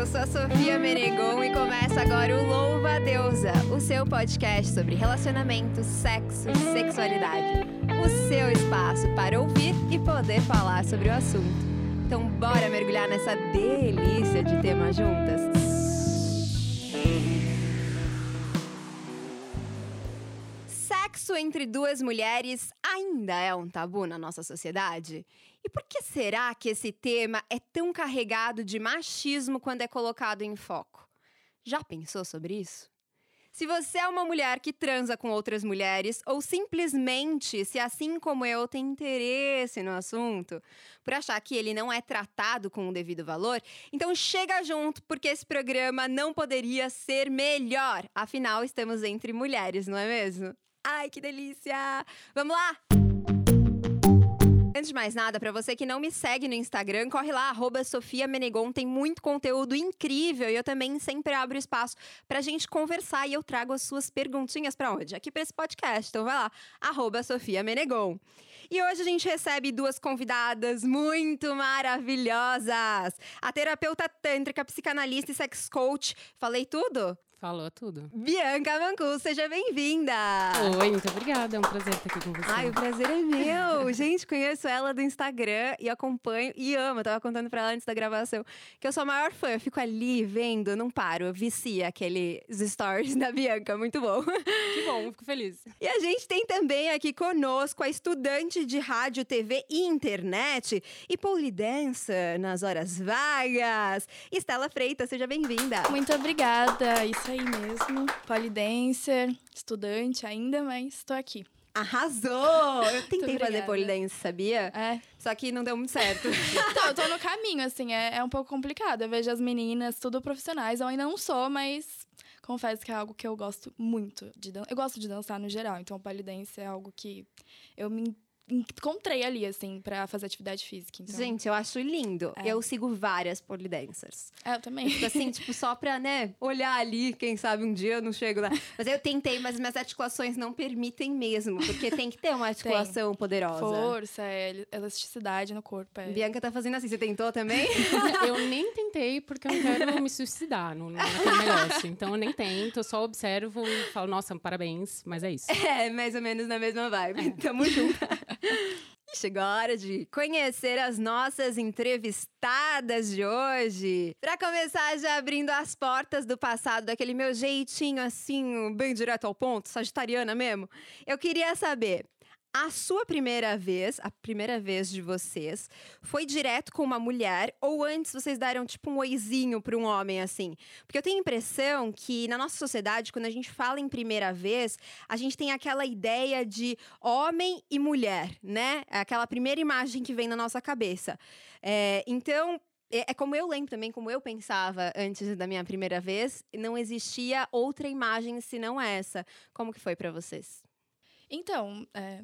sou a Sofia Menegon e começa agora o Louva a Deusa, o seu podcast sobre relacionamento, sexo, sexualidade. O seu espaço para ouvir e poder falar sobre o assunto. Então bora mergulhar nessa delícia de tema juntas? Sexo entre duas mulheres ainda é um tabu na nossa sociedade? E por que será que esse tema é tão carregado de machismo quando é colocado em foco? Já pensou sobre isso? Se você é uma mulher que transa com outras mulheres ou simplesmente, se assim como eu, tem interesse no assunto, por achar que ele não é tratado com o devido valor, então chega junto, porque esse programa não poderia ser melhor. Afinal, estamos entre mulheres, não é mesmo? Ai, que delícia! Vamos lá? Antes de mais nada, para você que não me segue no Instagram, corre lá, @Sofia Menegon, tem muito conteúdo incrível e eu também sempre abro espaço pra gente conversar e eu trago as suas perguntinhas pra onde? Aqui pra esse podcast, então vai lá, @Sofia Menegon. E hoje a gente recebe duas convidadas muito maravilhosas. A terapeuta tântrica, psicanalista e sex coach, falei tudo? Falou tudo. Bianca Mancu, seja bem-vinda! Oi, muito obrigada. É um prazer estar aqui com você. Ai, o prazer é meu! Gente, conheço ela do Instagram e acompanho e amo. Eu tava contando pra ela antes da gravação que eu sou a maior fã. Eu fico ali vendo, não paro. Eu vicia aqueles stories da Bianca, muito bom. Que bom, fico feliz. E a gente tem também aqui conosco a estudante de rádio, TV e internet e pole dancer nas horas vagas, Estela Freitas, seja bem-vinda! Muito obrigada, isso aí mesmo. Polidancer, estudante ainda, mas tô aqui. Arrasou! Eu tentei Muito fazer obrigada. pole dance, sabia? É. Só que não deu muito certo. Então, eu tô no caminho, assim, é um pouco complicado. Eu vejo as meninas, tudo profissionais, eu ainda não sou, mas confesso que é algo que eu gosto muito de dançar. Eu gosto de dançar no geral, então polidense é algo que eu me encontrei ali, assim, pra fazer atividade física. Então... Gente, eu acho lindo. É. Eu sigo várias pole dancers. Eu também. Assim, tipo, só pra, né, olhar ali, quem sabe um dia eu não chego lá. Mas eu tentei, mas minhas articulações não permitem mesmo, porque tem que ter uma articulação poderosa. Força, elasticidade no corpo. Bianca tá fazendo assim, você tentou também? Eu nem tentei porque eu não quero me suicidar naquele negócio. Então eu nem tento, eu só observo e falo, nossa, parabéns, mas é isso. É, mais ou menos na mesma vibe. Tamo junto. E chegou a hora de conhecer as nossas entrevistadas de hoje. Pra começar, já abrindo as portas do passado, daquele meu jeitinho assim, bem direto ao ponto, sagitariana mesmo. Eu queria saber, a sua primeira vez, a primeira vez de vocês, foi direto com uma mulher ou antes vocês deram tipo um oizinho pra um homem assim? Porque eu tenho a impressão que na nossa sociedade, quando a gente fala em primeira vez, a gente tem aquela ideia de homem e mulher, né? Aquela primeira imagem que vem na nossa cabeça. Então, é como eu lembro também, como eu pensava antes da minha primeira vez, não existia outra imagem senão essa. Como que foi pra vocês? Então,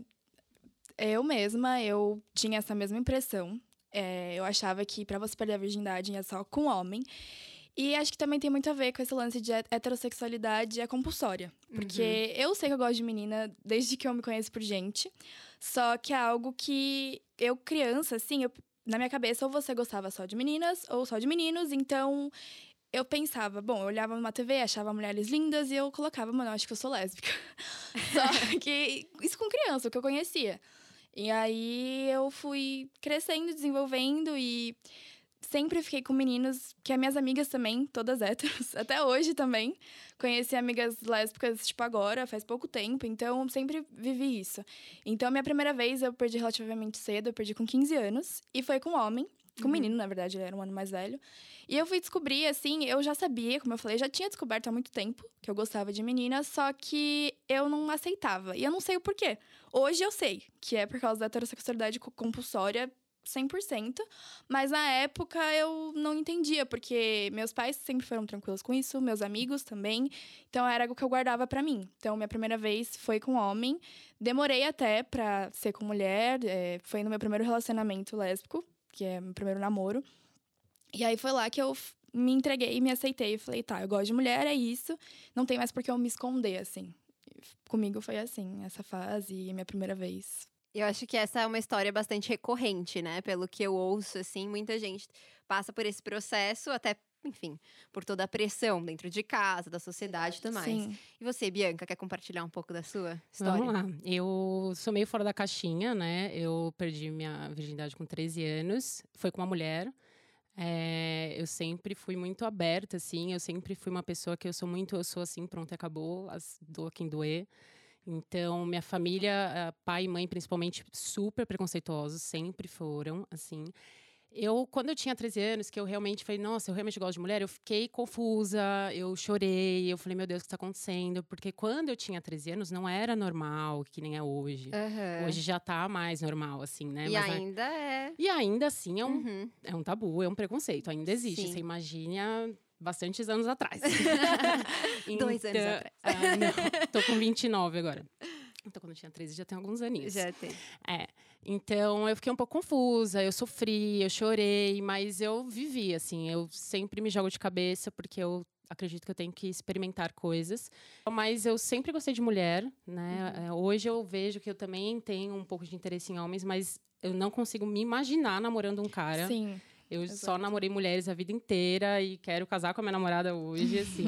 eu mesma, eu tinha essa mesma impressão. Eu achava que pra você perder a virgindade ia só com homem. E acho que também tem muito a ver com esse lance de heterossexualidade é compulsória. Porque eu sei que eu gosto de menina desde que eu me conheço por gente. Só que é algo que eu, criança, assim, na minha cabeça, ou você gostava só de meninas ou só de meninos. Então, eu pensava, bom, eu olhava numa TV, achava mulheres lindas e eu colocava, mano, eu acho que eu sou lésbica. Só que isso com criança, o que eu conhecia. E aí eu fui crescendo, desenvolvendo e sempre fiquei com meninos, que é minhas amigas também, todas héteros, até hoje também. Conheci amigas lésbicas, tipo, agora, faz pouco tempo, então sempre vivi isso. Então, minha primeira vez eu perdi relativamente cedo, eu perdi com 15 anos, e foi com um homem. Com um menino, na verdade, ele era um ano mais velho. E eu fui descobrir, assim, eu já sabia, como eu falei, já tinha descoberto há muito tempo que eu gostava de meninas, só que eu não aceitava. E eu não sei o porquê. Hoje eu sei que é por causa da heterossexualidade compulsória 100%, mas na época eu não entendia, porque meus pais sempre foram tranquilos com isso, meus amigos também, então era algo que eu guardava pra mim. Então, minha primeira vez foi com homem, demorei até pra ser com mulher, foi no meu primeiro relacionamento lésbico, que é meu primeiro namoro. E aí foi lá que eu me entreguei, me aceitei. Falei, tá, eu gosto de mulher, é isso. Não tem mais por que eu me esconder, assim. Comigo foi assim, essa fase, minha primeira vez. Eu acho que essa é uma história bastante recorrente, né? Pelo que eu ouço, assim, muita gente passa por esse processo, até, enfim, por toda a pressão dentro de casa, da sociedade e tudo mais. Sim. E você, Bianca, quer compartilhar um pouco da sua história? Vamos lá. Eu sou meio fora da caixinha, né? Eu perdi minha virgindade com 13 anos. Foi com uma mulher. Eu sempre fui muito aberta, assim. Eu sempre fui uma pessoa que eu sou assim, pronto, acabou. Doa quem doer. Então, minha família, pai e mãe, principalmente, super preconceituosos. Sempre foram, assim. Quando eu tinha 13 anos, que eu realmente falei, nossa, eu realmente gosto de mulher, eu fiquei confusa, eu chorei, eu falei, meu Deus, o que está acontecendo? Porque quando eu tinha 13 anos, não era normal, que nem é hoje. Hoje já tá mais normal, assim, né? E ainda é. E ainda assim é um tabu, é um preconceito, ainda existe. Sim. Você imagina bastantes anos atrás. 2 anos atrás. Não, tô com 29 agora. Então, quando eu tinha 13, já tem alguns aninhos. Já tem. Então, eu fiquei um pouco confusa, eu sofri, eu chorei, mas eu vivi, assim. Eu sempre me jogo de cabeça, porque eu acredito que eu tenho que experimentar coisas. Mas eu sempre gostei de mulher, né? Hoje eu vejo que eu também tenho um pouco de interesse em homens, mas eu não consigo me imaginar namorando um cara. Sim. Eu só namorei mulheres a vida inteira e quero casar com a minha namorada hoje, assim.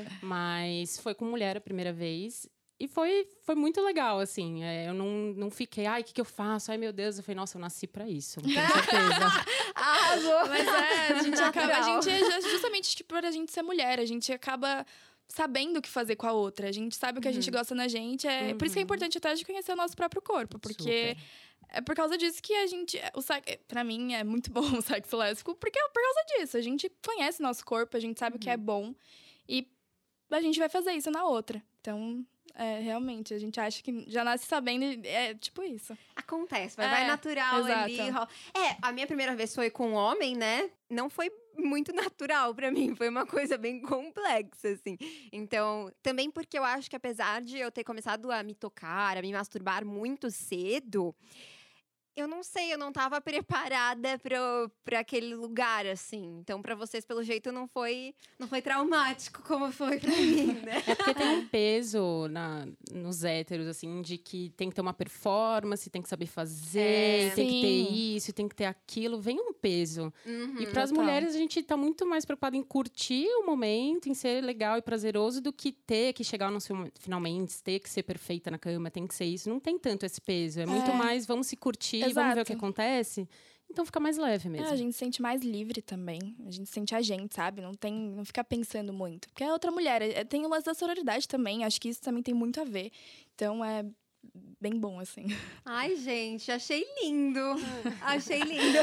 Mas foi com mulher a primeira vez. E foi muito legal, assim. Eu não fiquei, ai, o que eu faço? Ai, meu Deus. Eu falei, nossa, eu nasci pra isso, com certeza. Arrasou! Mas a gente acaba. Natural. Justamente tipo, por a gente ser mulher, a gente acaba sabendo o que fazer com a outra. A gente sabe o que a gente gosta na gente. Por isso que é importante até a gente conhecer o nosso próprio corpo. Porque é por causa disso que a gente. Pra mim, é muito bom o sexo lésbico, porque é por causa disso. A gente conhece o nosso corpo, a gente sabe o que é bom. E a gente vai fazer isso na outra. Então. Realmente, a gente acha que já nasce sabendo, é tipo isso. Acontece, vai natural exato. ali. A minha primeira vez foi com um homem, né? Não foi muito natural pra mim, foi uma coisa bem complexa, assim. Então, também porque eu acho que apesar de eu ter começado a me tocar, a me masturbar muito cedo, eu não sei, eu não tava preparada pra aquele lugar, assim. Então, pra vocês, pelo jeito, não foi traumático como foi pra mim, né? É porque tem um peso nos héteros, assim, de que tem que ter uma performance, tem que saber fazer, tem que ter isso, tem que ter aquilo. Vem um peso. E para as mulheres, a gente tá muito mais preocupada em curtir o momento, em ser legal e prazeroso, do que ter que chegar no finalmente, ter que ser perfeita na cama, tem que ser isso. Não tem tanto esse peso. É muito mais, vamos se curtir, vamos ver o que acontece. Então fica mais leve mesmo. A gente se sente mais livre também. A gente sente a gente, sabe? Não fica pensando muito. Porque é outra mulher. Tem o lance da sororidade também. Acho que isso também tem muito a ver. Então é bem bom, assim. Ai, gente, achei lindo. Achei lindo.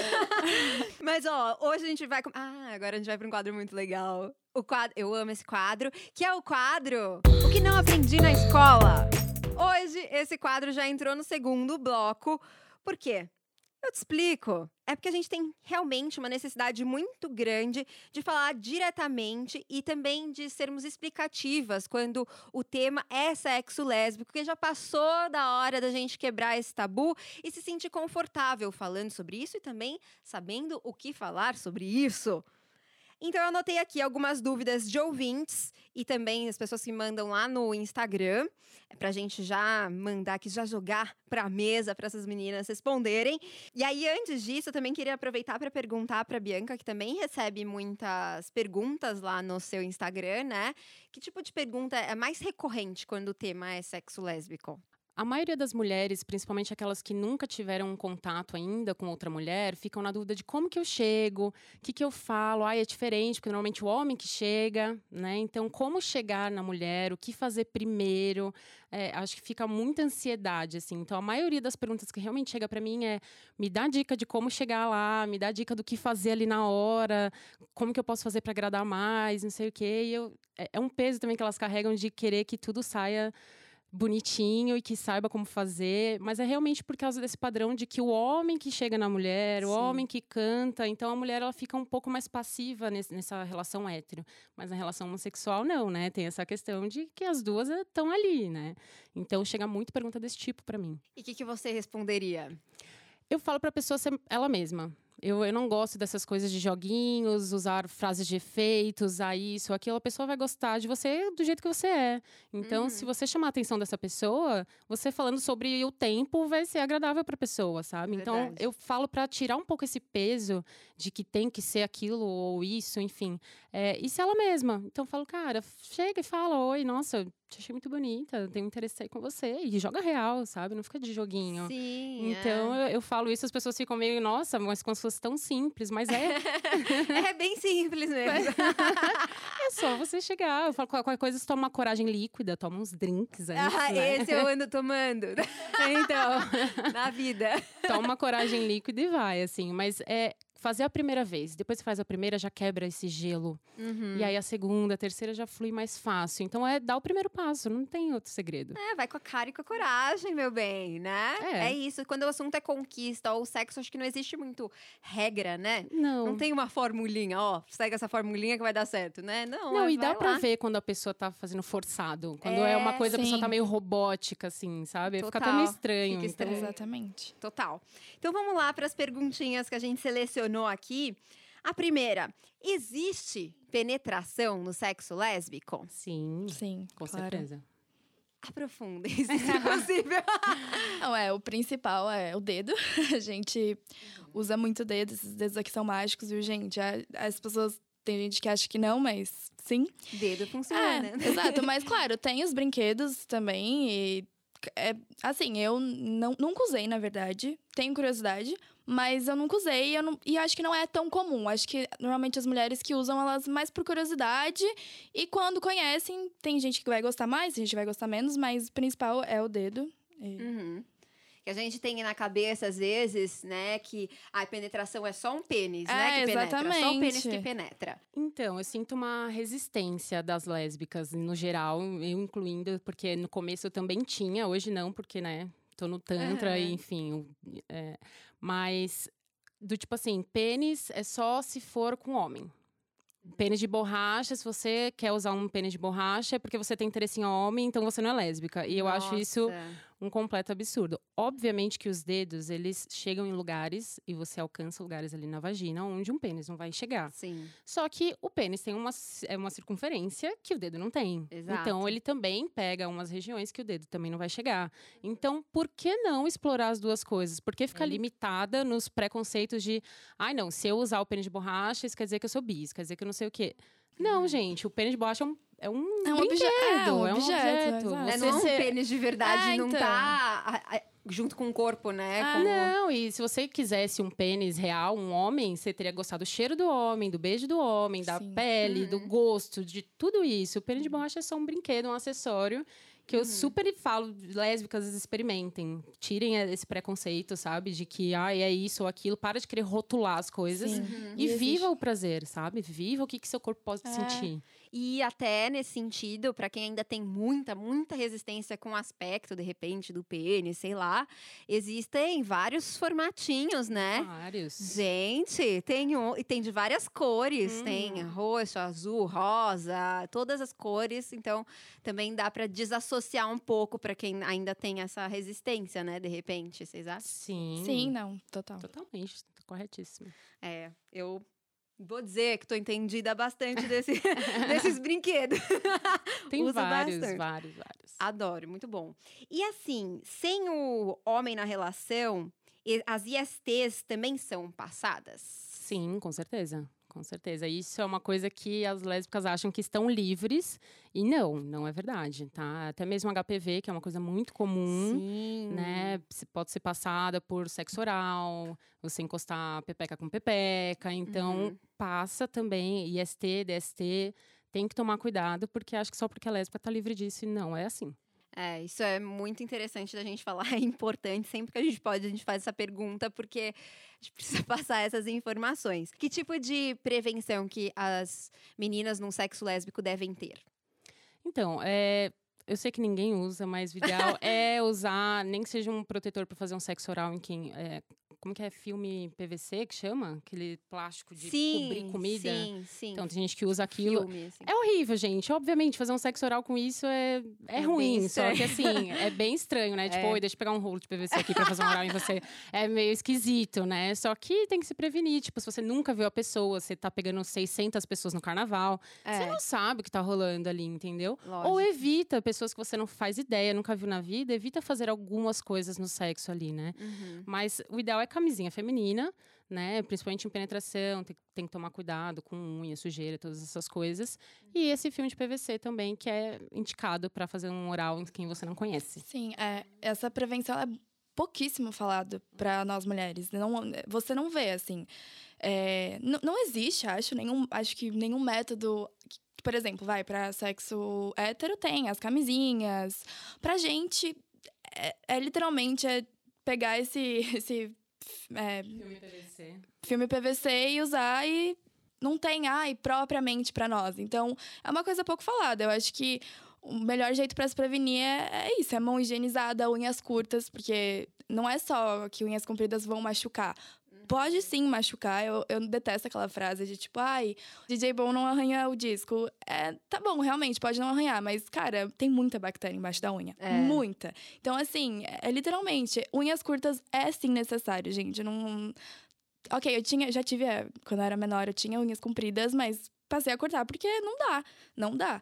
Mas, hoje a gente vai... agora a gente vai para um quadro muito legal. Eu amo esse quadro, que é o quadro O que não aprendi na escola. Hoje, esse quadro já entrou no segundo bloco. Por quê? Eu te explico. É porque a gente tem realmente uma necessidade muito grande de falar diretamente e também de sermos explicativas quando o tema é sexo lésbico, porque já passou da hora da gente quebrar esse tabu e se sentir confortável falando sobre isso e também sabendo o que falar sobre isso. Então, eu anotei aqui algumas dúvidas de ouvintes e também as pessoas que mandam lá no Instagram, pra gente já mandar aqui, já jogar pra mesa para essas meninas responderem. E aí, antes disso, eu também queria aproveitar para perguntar pra Bianca, que também recebe muitas perguntas lá no seu Instagram, né? Que tipo de pergunta é mais recorrente quando o tema é sexo lésbico? A maioria das mulheres, principalmente aquelas que nunca tiveram um contato ainda com outra mulher, ficam na dúvida de como que eu chego, o que eu falo. É diferente, porque normalmente o homem que chega, né? Então, como chegar na mulher, o que fazer primeiro? Acho que fica muita ansiedade, assim. Então, a maioria das perguntas que realmente chega para mim é: me dá dica de como chegar lá, me dá dica do que fazer ali na hora, como que eu posso fazer para agradar mais, não sei o quê. É um peso também que elas carregam de querer que tudo saia bonitinho e que saiba como fazer, mas é realmente por causa desse padrão de que o homem que chega na mulher, o homem que canta, então a mulher ela fica um pouco mais passiva nessa relação hétero, mas na relação homossexual não, né? Tem essa questão de que as duas estão ali, né? Então chega muito pergunta desse tipo para mim. E o que você responderia? Eu falo para a pessoa ser ela mesma. Eu não gosto dessas coisas de joguinhos, usar frases de efeito, usar isso, aquilo. A pessoa vai gostar de você do jeito que você é. Então, se você chamar a atenção dessa pessoa, você falando sobre o tempo vai ser agradável para a pessoa, sabe? Então, Verdade. eu falo para tirar um pouco esse peso de que tem que ser aquilo ou isso, enfim. E ser ela mesma. Então, eu falo, cara, chega e fala, oi, nossa, te achei muito bonita, tenho interesse aí com você. E joga real, sabe? Não fica de joguinho. Sim. Então, eu falo isso, as pessoas ficam meio, nossa, mas como se fosse tão simples, mas É bem simples mesmo. é só você chegar. Eu falo, qualquer coisa, você toma uma coragem líquida, toma uns drinks antes, né? Esse eu ando tomando Então, na vida. toma uma coragem líquida e vai, assim. Mas fazer a primeira vez. Depois que faz a primeira, já quebra esse gelo. E aí, a segunda, a terceira já flui mais fácil. Então, dar o primeiro passo, não tem outro segredo. Vai com a cara e com a coragem, meu bem, né? É isso. Quando o assunto é conquista ou sexo, acho que não existe muito regra, né? Não tem uma formulinha, ó, segue essa formulinha que vai dar certo, né? Não, e dá vai pra lá. ver quando a pessoa tá fazendo forçado. Quando é uma coisa, a pessoa sim. tá meio robótica, assim, sabe? Fica até Total. meio estranho. Fica Então, estranho. Exatamente. Total. Então vamos lá para as perguntinhas que a gente selecionou aqui. A primeira, existe penetração no sexo lésbico? sim, Sim, com claro. certeza. Aprofundem, se é possível. Não, o principal é o dedo. A gente usa muito o dedo, esses dedos aqui são mágicos, viu, gente? As pessoas, tem gente que acha que não, mas sim. Dedo funciona, né? Exato, mas claro, tem os brinquedos também e... assim, eu nunca usei, na verdade. Tenho curiosidade, mas eu nunca usei e acho que não é tão comum. Acho que normalmente as mulheres que usam, elas mais por curiosidade. E quando conhecem, tem gente que vai gostar mais, tem gente que vai gostar menos, mas o principal é o dedo. Que a gente tem na cabeça, às vezes, né, que a penetração é só um pênis, né, que penetra. Só o exatamente. pênis que penetra. Então, eu sinto uma resistência das lésbicas, no geral, eu incluindo, porque no começo eu também tinha, hoje não, porque, né, tô no tantra, e, enfim. Mas, do tipo assim, pênis é só se for com homem. Pênis de borracha, se você quer usar um pênis de borracha, é porque você tem interesse em homem, então você não é lésbica. E eu acho isso um completo absurdo. Obviamente que os dedos, eles chegam em lugares, e você alcança lugares ali na vagina, onde um pênis não vai chegar. Sim. Só que o pênis tem uma circunferência que o dedo não tem. Exato. Então, ele também pega umas regiões que o dedo também não vai chegar. Então, por que não explorar as duas coisas? Por que ficar limitada nos preconceitos de... Ai, não, se eu usar o pênis de borracha, isso quer dizer que eu sou bi, isso quer dizer que eu não sei o quê. Não, gente, o pênis de borracha é um brinquedo, é um objeto. objeto, exato. Não é um pênis de verdade, não então. tá junto com o corpo, né? Não, e se você quisesse um pênis real, um homem, você teria gostado do cheiro do homem, do beijo do homem, da Sim. pele, do gosto, de tudo isso. O pênis de borracha é só um brinquedo, um acessório. Que eu super falo, lésbicas, experimentem. Tirem esse preconceito, sabe? De que, é isso ou aquilo. Para de querer rotular as coisas. E viva o prazer, sabe? Viva o que seu corpo pode sentir. E até nesse sentido, para quem ainda tem muita resistência com o aspecto, de repente, do pênis, sei lá, existem vários formatinhos, né? Vários. Gente, tem de várias cores. Tem roxo, azul, rosa, todas as cores. Então, também dá para desassociar um pouco para quem ainda tem essa resistência, né? De repente, vocês acham? Sim. Sim, não, total. Totalmente, corretíssimo. Eu vou dizer que tô entendida bastante desses brinquedos. Tem Uso vários. Adoro, muito bom. E assim, sem o homem na relação, as ISTs também são passadas? Sim, com certeza. Com certeza. Isso é uma coisa que as lésbicas acham que estão livres. E não é verdade, tá? Até mesmo HPV, que é uma coisa muito comum. Sim. Né? Pode ser passada por sexo oral, você encostar pepeca com pepeca. Então, passa também. IST, DST, tem que tomar cuidado, porque acho que só porque a lésbica tá livre disso. E não é assim. Isso é muito interessante da gente falar, é importante, sempre que a gente pode, a gente faz essa pergunta, porque a gente precisa passar essas informações. Que tipo de prevenção que as meninas num sexo lésbico devem ter? Então, eu sei que ninguém usa, mas o ideal é usar, nem que seja um protetor para fazer um sexo oral como que é? Filme PVC que chama? Aquele plástico de sim, cobrir comida. Sim. Então, tem gente que usa aquilo. Filme, assim. É horrível, gente. Obviamente, fazer um sexo oral com isso é ruim. Só que, assim, é bem estranho, né? Tipo, oi, deixa eu pegar um rolo de PVC aqui pra fazer um oral em você. É meio esquisito, né? Só que tem que se prevenir. Tipo, se você nunca viu a pessoa, você tá pegando 600 pessoas no carnaval, você não sabe o que tá rolando ali, entendeu? Lógico. Ou evita pessoas que você não faz ideia, nunca viu na vida, evita fazer algumas coisas no sexo ali, né? Mas o ideal é camisinha feminina, né? Principalmente em penetração, tem que tomar cuidado com unha, sujeira, todas essas coisas. E esse filme de PVC também, que é indicado para fazer um oral em quem você não conhece. Sim, essa prevenção é pouquíssimo falado para nós mulheres. Você não vê, assim. Não existe, acho que nenhum método. Por exemplo, para sexo hétero tem as camisinhas. Pra gente, literalmente pegar esse filme PVC e usar e não tem propriamente pra nós. Então, é uma coisa pouco falada. Eu acho que o melhor jeito pra se prevenir é isso, é mão higienizada, unhas curtas, porque não é só que unhas compridas vão machucar. Pode sim machucar. Eu detesto aquela frase de tipo, DJ bom não arranha o disco. Tá bom, realmente, pode não arranhar, mas, cara, tem muita bactéria embaixo da unha. Muita. Então, assim, literalmente, unhas curtas é sim necessário, gente. Não. Ok, já tive, quando eu era menor, eu tinha unhas compridas, mas passei a cortar porque não dá.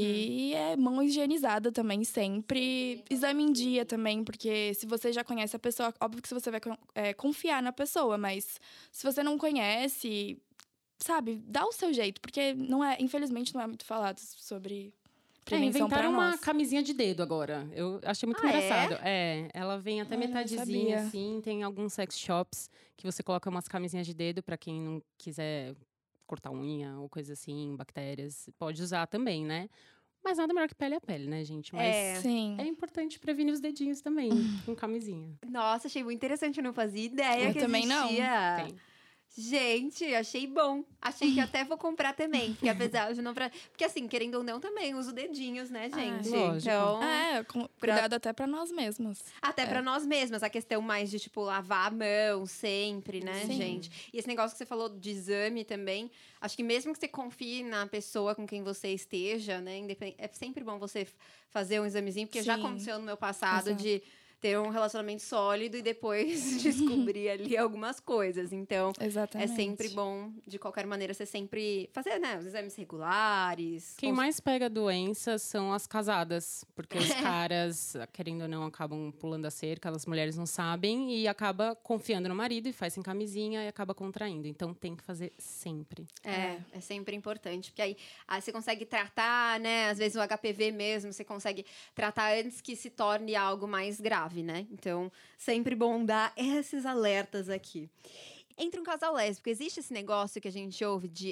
E mão higienizada também, sempre. Exame em dia também, porque se você já conhece a pessoa, óbvio que você vai confiar na pessoa, mas se você não conhece, sabe, dá o seu jeito, porque infelizmente não é muito falado sobre prevenção pra inventaram uma nós. camisinha de dedo agora. Eu achei muito engraçado. Ela vem até metadezinha, assim. Tem alguns sex shops que você coloca umas camisinhas de dedo pra quem não quiser cortar unha ou coisa assim, bactérias. Pode usar também, né? Mas nada melhor que pele a pele, né, gente? Mas Sim. é importante prevenir os dedinhos também, com camisinha. Nossa, achei muito interessante. Eu não fazia ideia que também existia. Tem. Gente, achei bom. Achei que até vou comprar também. Porque apesar de não... Porque assim, querendo ou não, também uso dedinhos, né, gente? lógico. Então... Cuidado até pra nós mesmos. Até pra nós mesmas. A questão mais de, tipo, lavar a mão sempre, né, Sim. gente? E esse negócio que você falou de exame também. Acho que mesmo que você confie na pessoa com quem você esteja, né? É sempre bom você fazer um examezinho. Porque já aconteceu no meu passado de ter um relacionamento sólido e depois descobrir ali algumas coisas. Então, Exatamente. é sempre bom, de qualquer maneira, você sempre fazer, né, os exames regulares. Quem mais pega doenças são as casadas. Porque os caras, querendo ou não, acabam pulando a cerca, as mulheres não sabem e acaba confiando no marido e faz sem camisinha e acaba contraindo. Então, tem que fazer sempre. É sempre importante. Porque aí você consegue tratar, né, às vezes o HPV mesmo, você consegue tratar antes que se torne algo mais grave. Né? Então, sempre bom dar esses alertas aqui. Entre um casal lésbico, existe esse negócio que a gente ouve de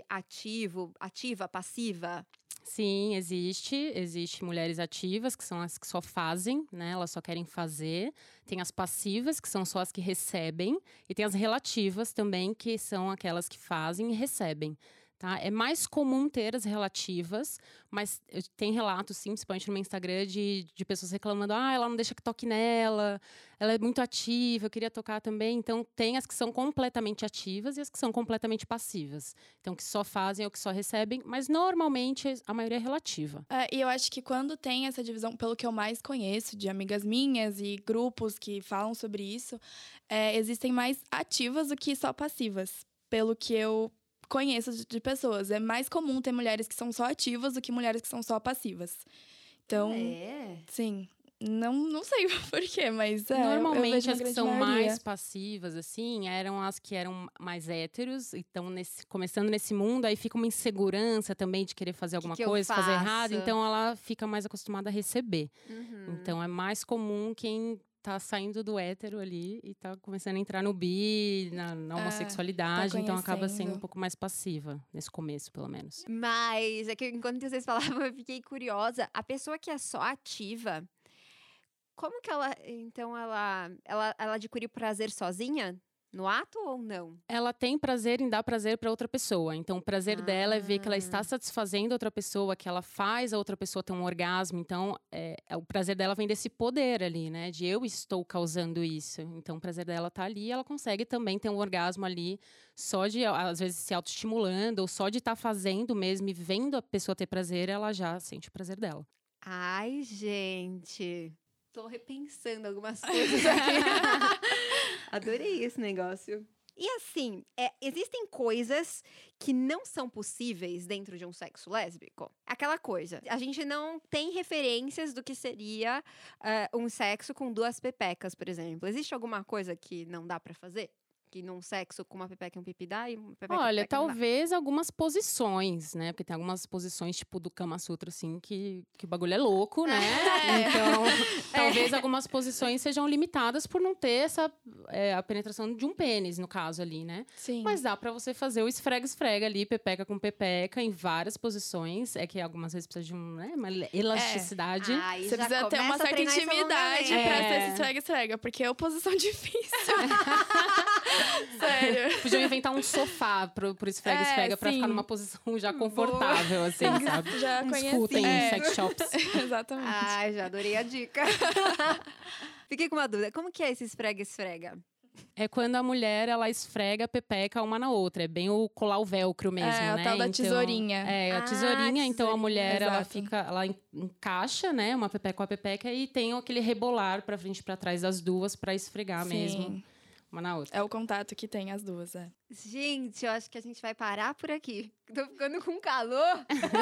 ativa, passiva? Sim, existe. Existe mulheres ativas, que são as que só fazem, né? Elas só querem fazer. Tem as passivas, que são só as que recebem. E tem as relativas também, que são aquelas que fazem e recebem. Tá? É mais comum ter as relativas, mas tem relatos, sim, principalmente no meu Instagram, de pessoas reclamando: ela não deixa que toque nela, ela é muito ativa, eu queria tocar também. Então, tem as que são completamente ativas e as que são completamente passivas. Então, que só fazem ou que só recebem, mas normalmente a maioria é relativa. E eu acho que quando tem essa divisão, pelo que eu mais conheço de amigas minhas e grupos que falam sobre isso, existem mais ativas do que só passivas, pelo que eu conheço de pessoas. É mais comum ter mulheres que são só ativas do que mulheres que são só passivas. Então, sim. Não sei por quê, mas normalmente as que são maioria. mais passivas, assim, eram as que eram mais héteros. Então, começando nesse mundo, aí fica uma insegurança também de querer fazer alguma coisa, fazer errado. Então, ela fica mais acostumada a receber. Então, é mais comum quem tá saindo do hétero ali e tá começando a entrar no bi, na homossexualidade. Tá então, acaba sendo um pouco mais passiva, nesse começo, pelo menos. Mas, é que enquanto vocês falavam, eu fiquei curiosa. A pessoa que é só ativa, como que ela... Então, ela adquire o prazer sozinha? No ato ou não? Ela tem prazer em dar prazer para outra pessoa. Então, o prazer dela é ver que ela está satisfazendo outra pessoa, que ela faz a outra pessoa ter um orgasmo. Então, o prazer dela vem desse poder ali, né? De eu estou causando isso. Então, o prazer dela tá ali, ela consegue também ter um orgasmo ali, só de, às vezes, se autoestimulando, ou só de estar fazendo mesmo e vendo a pessoa ter prazer, ela já sente o prazer dela. Ai, gente. Tô repensando algumas coisas aqui. Adorei esse negócio. E assim, existem coisas que não são possíveis dentro de um sexo lésbico? Aquela coisa, a gente não tem referências do que seria um sexo com 2 pepecas, por exemplo. Existe alguma coisa que não dá pra fazer? Que num sexo com uma pepeca e um pipi dá e uma pepeca Olha, pepeca não dá? talvez algumas posições, né? Porque tem algumas posições, tipo do Kama Sutra, assim, que o bagulho é louco, né? Então, talvez algumas posições sejam limitadas por não ter a penetração de um pênis, no caso ali, né? Sim. Mas dá pra você fazer o esfrega-esfrega ali, pepeca com pepeca, em várias posições. É que algumas vezes precisa de uma elasticidade. Aí Você já precisa ter uma começa a certa treinar esse intimidade alongamento. pra ter esse esfrega-esfrega, porque é uma posição difícil. Sério. Podiam inventar um sofá pro esfrega-esfrega pra sim. ficar numa posição já confortável, assim, sabe? Já Escutem conheci. sex shops. Exatamente. Ai, já adorei a dica. Fiquei com uma dúvida. Como que é esse esfrega-esfrega? É quando a mulher, ela esfrega a pepeca uma na outra. É bem o colar o velcro mesmo, É, né? o tal da Então, tesourinha. É, a Ah, tesourinha. Então, a tesourinha, mulher, exato. ela encaixa, né? Uma pepeca com a pepeca. E tem aquele rebolar pra frente e pra trás das duas pra esfregar mesmo, Sim. uma na outra. É o contato que tem as duas, Gente, eu acho que a gente vai parar por aqui. Tô ficando com calor.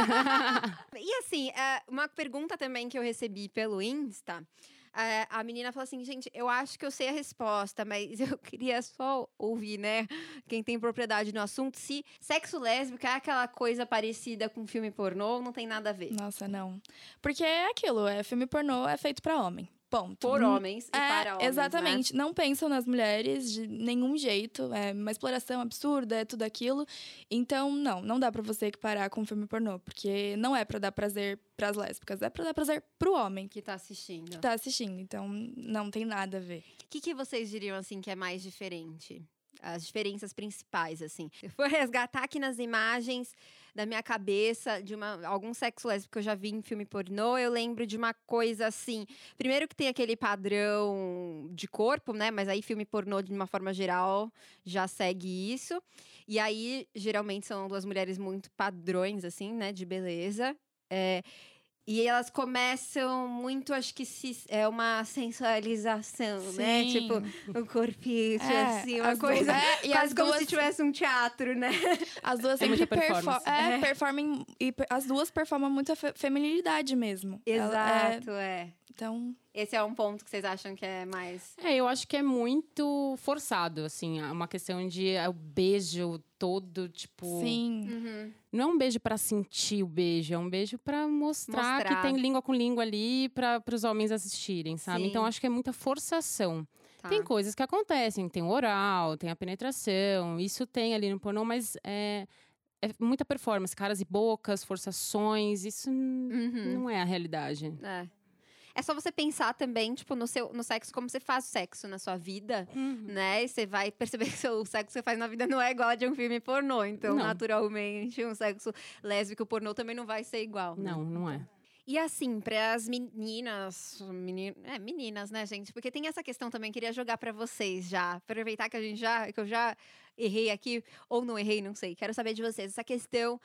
E assim, uma pergunta também que eu recebi pelo Insta. A menina falou assim, gente, eu acho que eu sei a resposta, mas eu queria só ouvir, né? Quem tem propriedade no assunto, se sexo lésbico é aquela coisa parecida com filme pornô ou não tem nada a ver. Nossa, não. Porque é aquilo, filme pornô é feito pra homem. Ponto. Por homens e para homens, exatamente. né? Não pensam nas mulheres de nenhum jeito. É uma exploração absurda, é tudo aquilo. Então, não dá pra você equiparar com filme pornô. Porque não é pra dar prazer pras lésbicas. É pra dar prazer pro homem Que tá assistindo. que tá assistindo. Então, não tem nada a ver. O que vocês diriam, assim, que é mais diferente? As diferenças principais, assim. Se eu for resgatar aqui nas imagens da minha cabeça de algum sexo lésbico que eu já vi em filme pornô, eu lembro de uma coisa assim. Primeiro que tem aquele padrão de corpo, né? Mas aí filme pornô, de uma forma geral, já segue isso. E aí, geralmente, são 2 mulheres muito padrões, assim, né? De beleza. E elas começam muito, acho que é uma sensualização, né? Sim. Tipo, um corpinho, assim, uma as coisa. e Quase as como duas, se tivesse um teatro, né? as duas É sempre muita performance. performam. E as duas performam muito a feminilidade mesmo. Exato, Então. Esse é um ponto que vocês acham que é mais. Eu acho que é muito forçado, assim. É uma questão de o beijo todo, tipo... Sim. Uhum. Não é um beijo pra sentir o beijo, é um beijo pra mostrar que tem língua com língua ali para os homens assistirem, sabe? Sim. Então acho que é muita forçação. Tá. Tem coisas que acontecem, tem o oral, tem a penetração, isso tem ali no pornô, mas é muita performance, caras e bocas, forçações, isso não é a realidade. É só você pensar também, tipo, no sexo, como você faz o sexo na sua vida, né? E você vai perceber que o sexo que você faz na vida não é igual a de um filme pornô. Então, Não. naturalmente, um sexo lésbico pornô também não vai ser igual. Né? Não é. E assim, para as meninas, né, gente? Porque tem essa questão também, queria jogar para vocês já. Aproveitar que que eu já errei aqui, ou não errei, não sei. Quero saber de vocês. Essa questão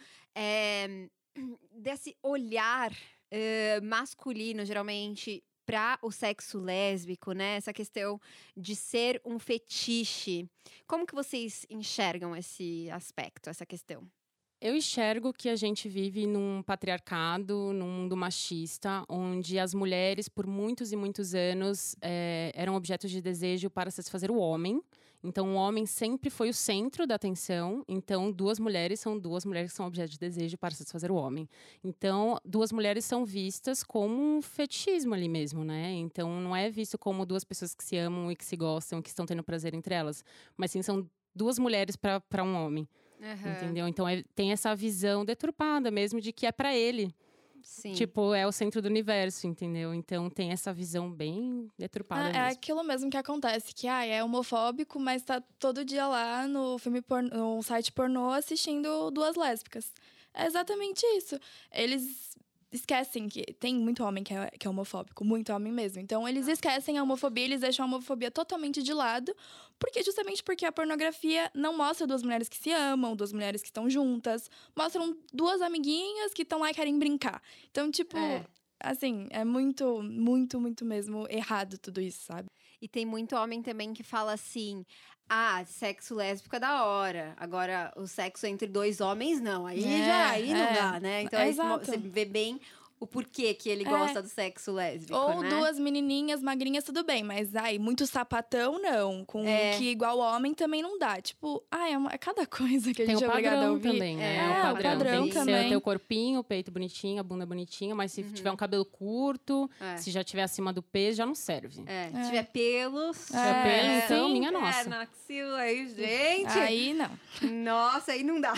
desse olhar masculino, geralmente, para o sexo lésbico, né? Essa questão de ser um fetiche. Como que vocês enxergam esse aspecto, essa questão? Eu enxergo que a gente vive num patriarcado, num mundo machista, onde as mulheres, por muitos e muitos anos, eram objetos de desejo para satisfazer o homem. Então, o homem sempre foi o centro da atenção. Então, 2 mulheres são que são objeto de desejo para satisfazer o homem. Então, 2 mulheres são vistas como um fetichismo ali mesmo, né? Então, não é visto como 2 pessoas que se amam e que se gostam, que estão tendo prazer entre elas. Mas sim, são 2 mulheres para um homem. Entendeu? Então, tem essa visão deturpada mesmo de que é para ele. Sim. tipo, é o centro do universo, entendeu? Então tem essa visão bem deturpada É mesmo. aquilo mesmo que acontece, que é homofóbico, mas tá todo dia lá no no site pornô assistindo duas lésbicas. É exatamente isso. Eles esquecem que tem muito homem que é homofóbico, muito homem mesmo. Então eles esquecem a homofobia, eles deixam a homofobia totalmente de lado, justamente porque a pornografia não mostra duas mulheres que se amam, duas mulheres que estão juntas, mostram duas amiguinhas que estão lá e querem brincar. Então, tipo, assim, é muito, muito, muito mesmo errado tudo isso, sabe? E tem muito homem também que fala assim: sexo lésbico é da hora. Agora, o sexo entre dois homens, não. Aí não dá, né? Então, aí Exato. você vê bem o porquê que ele gosta do sexo lésbico, Ou né? duas menininhas magrinhas, tudo bem. Mas, muito sapatão, não. Com que igual homem também não dá. Tipo, é cada coisa que a Tem gente o é obrigada a padrão ouvir. também, né? É, o padrão tem que também. ser ter o corpinho, o peito bonitinho, a bunda bonitinha. Mas se tiver um cabelo curto, se já tiver acima do peso, já não serve. Se tiver pelos. Se tiver pelo, então, sim, minha nossa. na axila aí, gente. Aí, não. Nossa, aí não dá.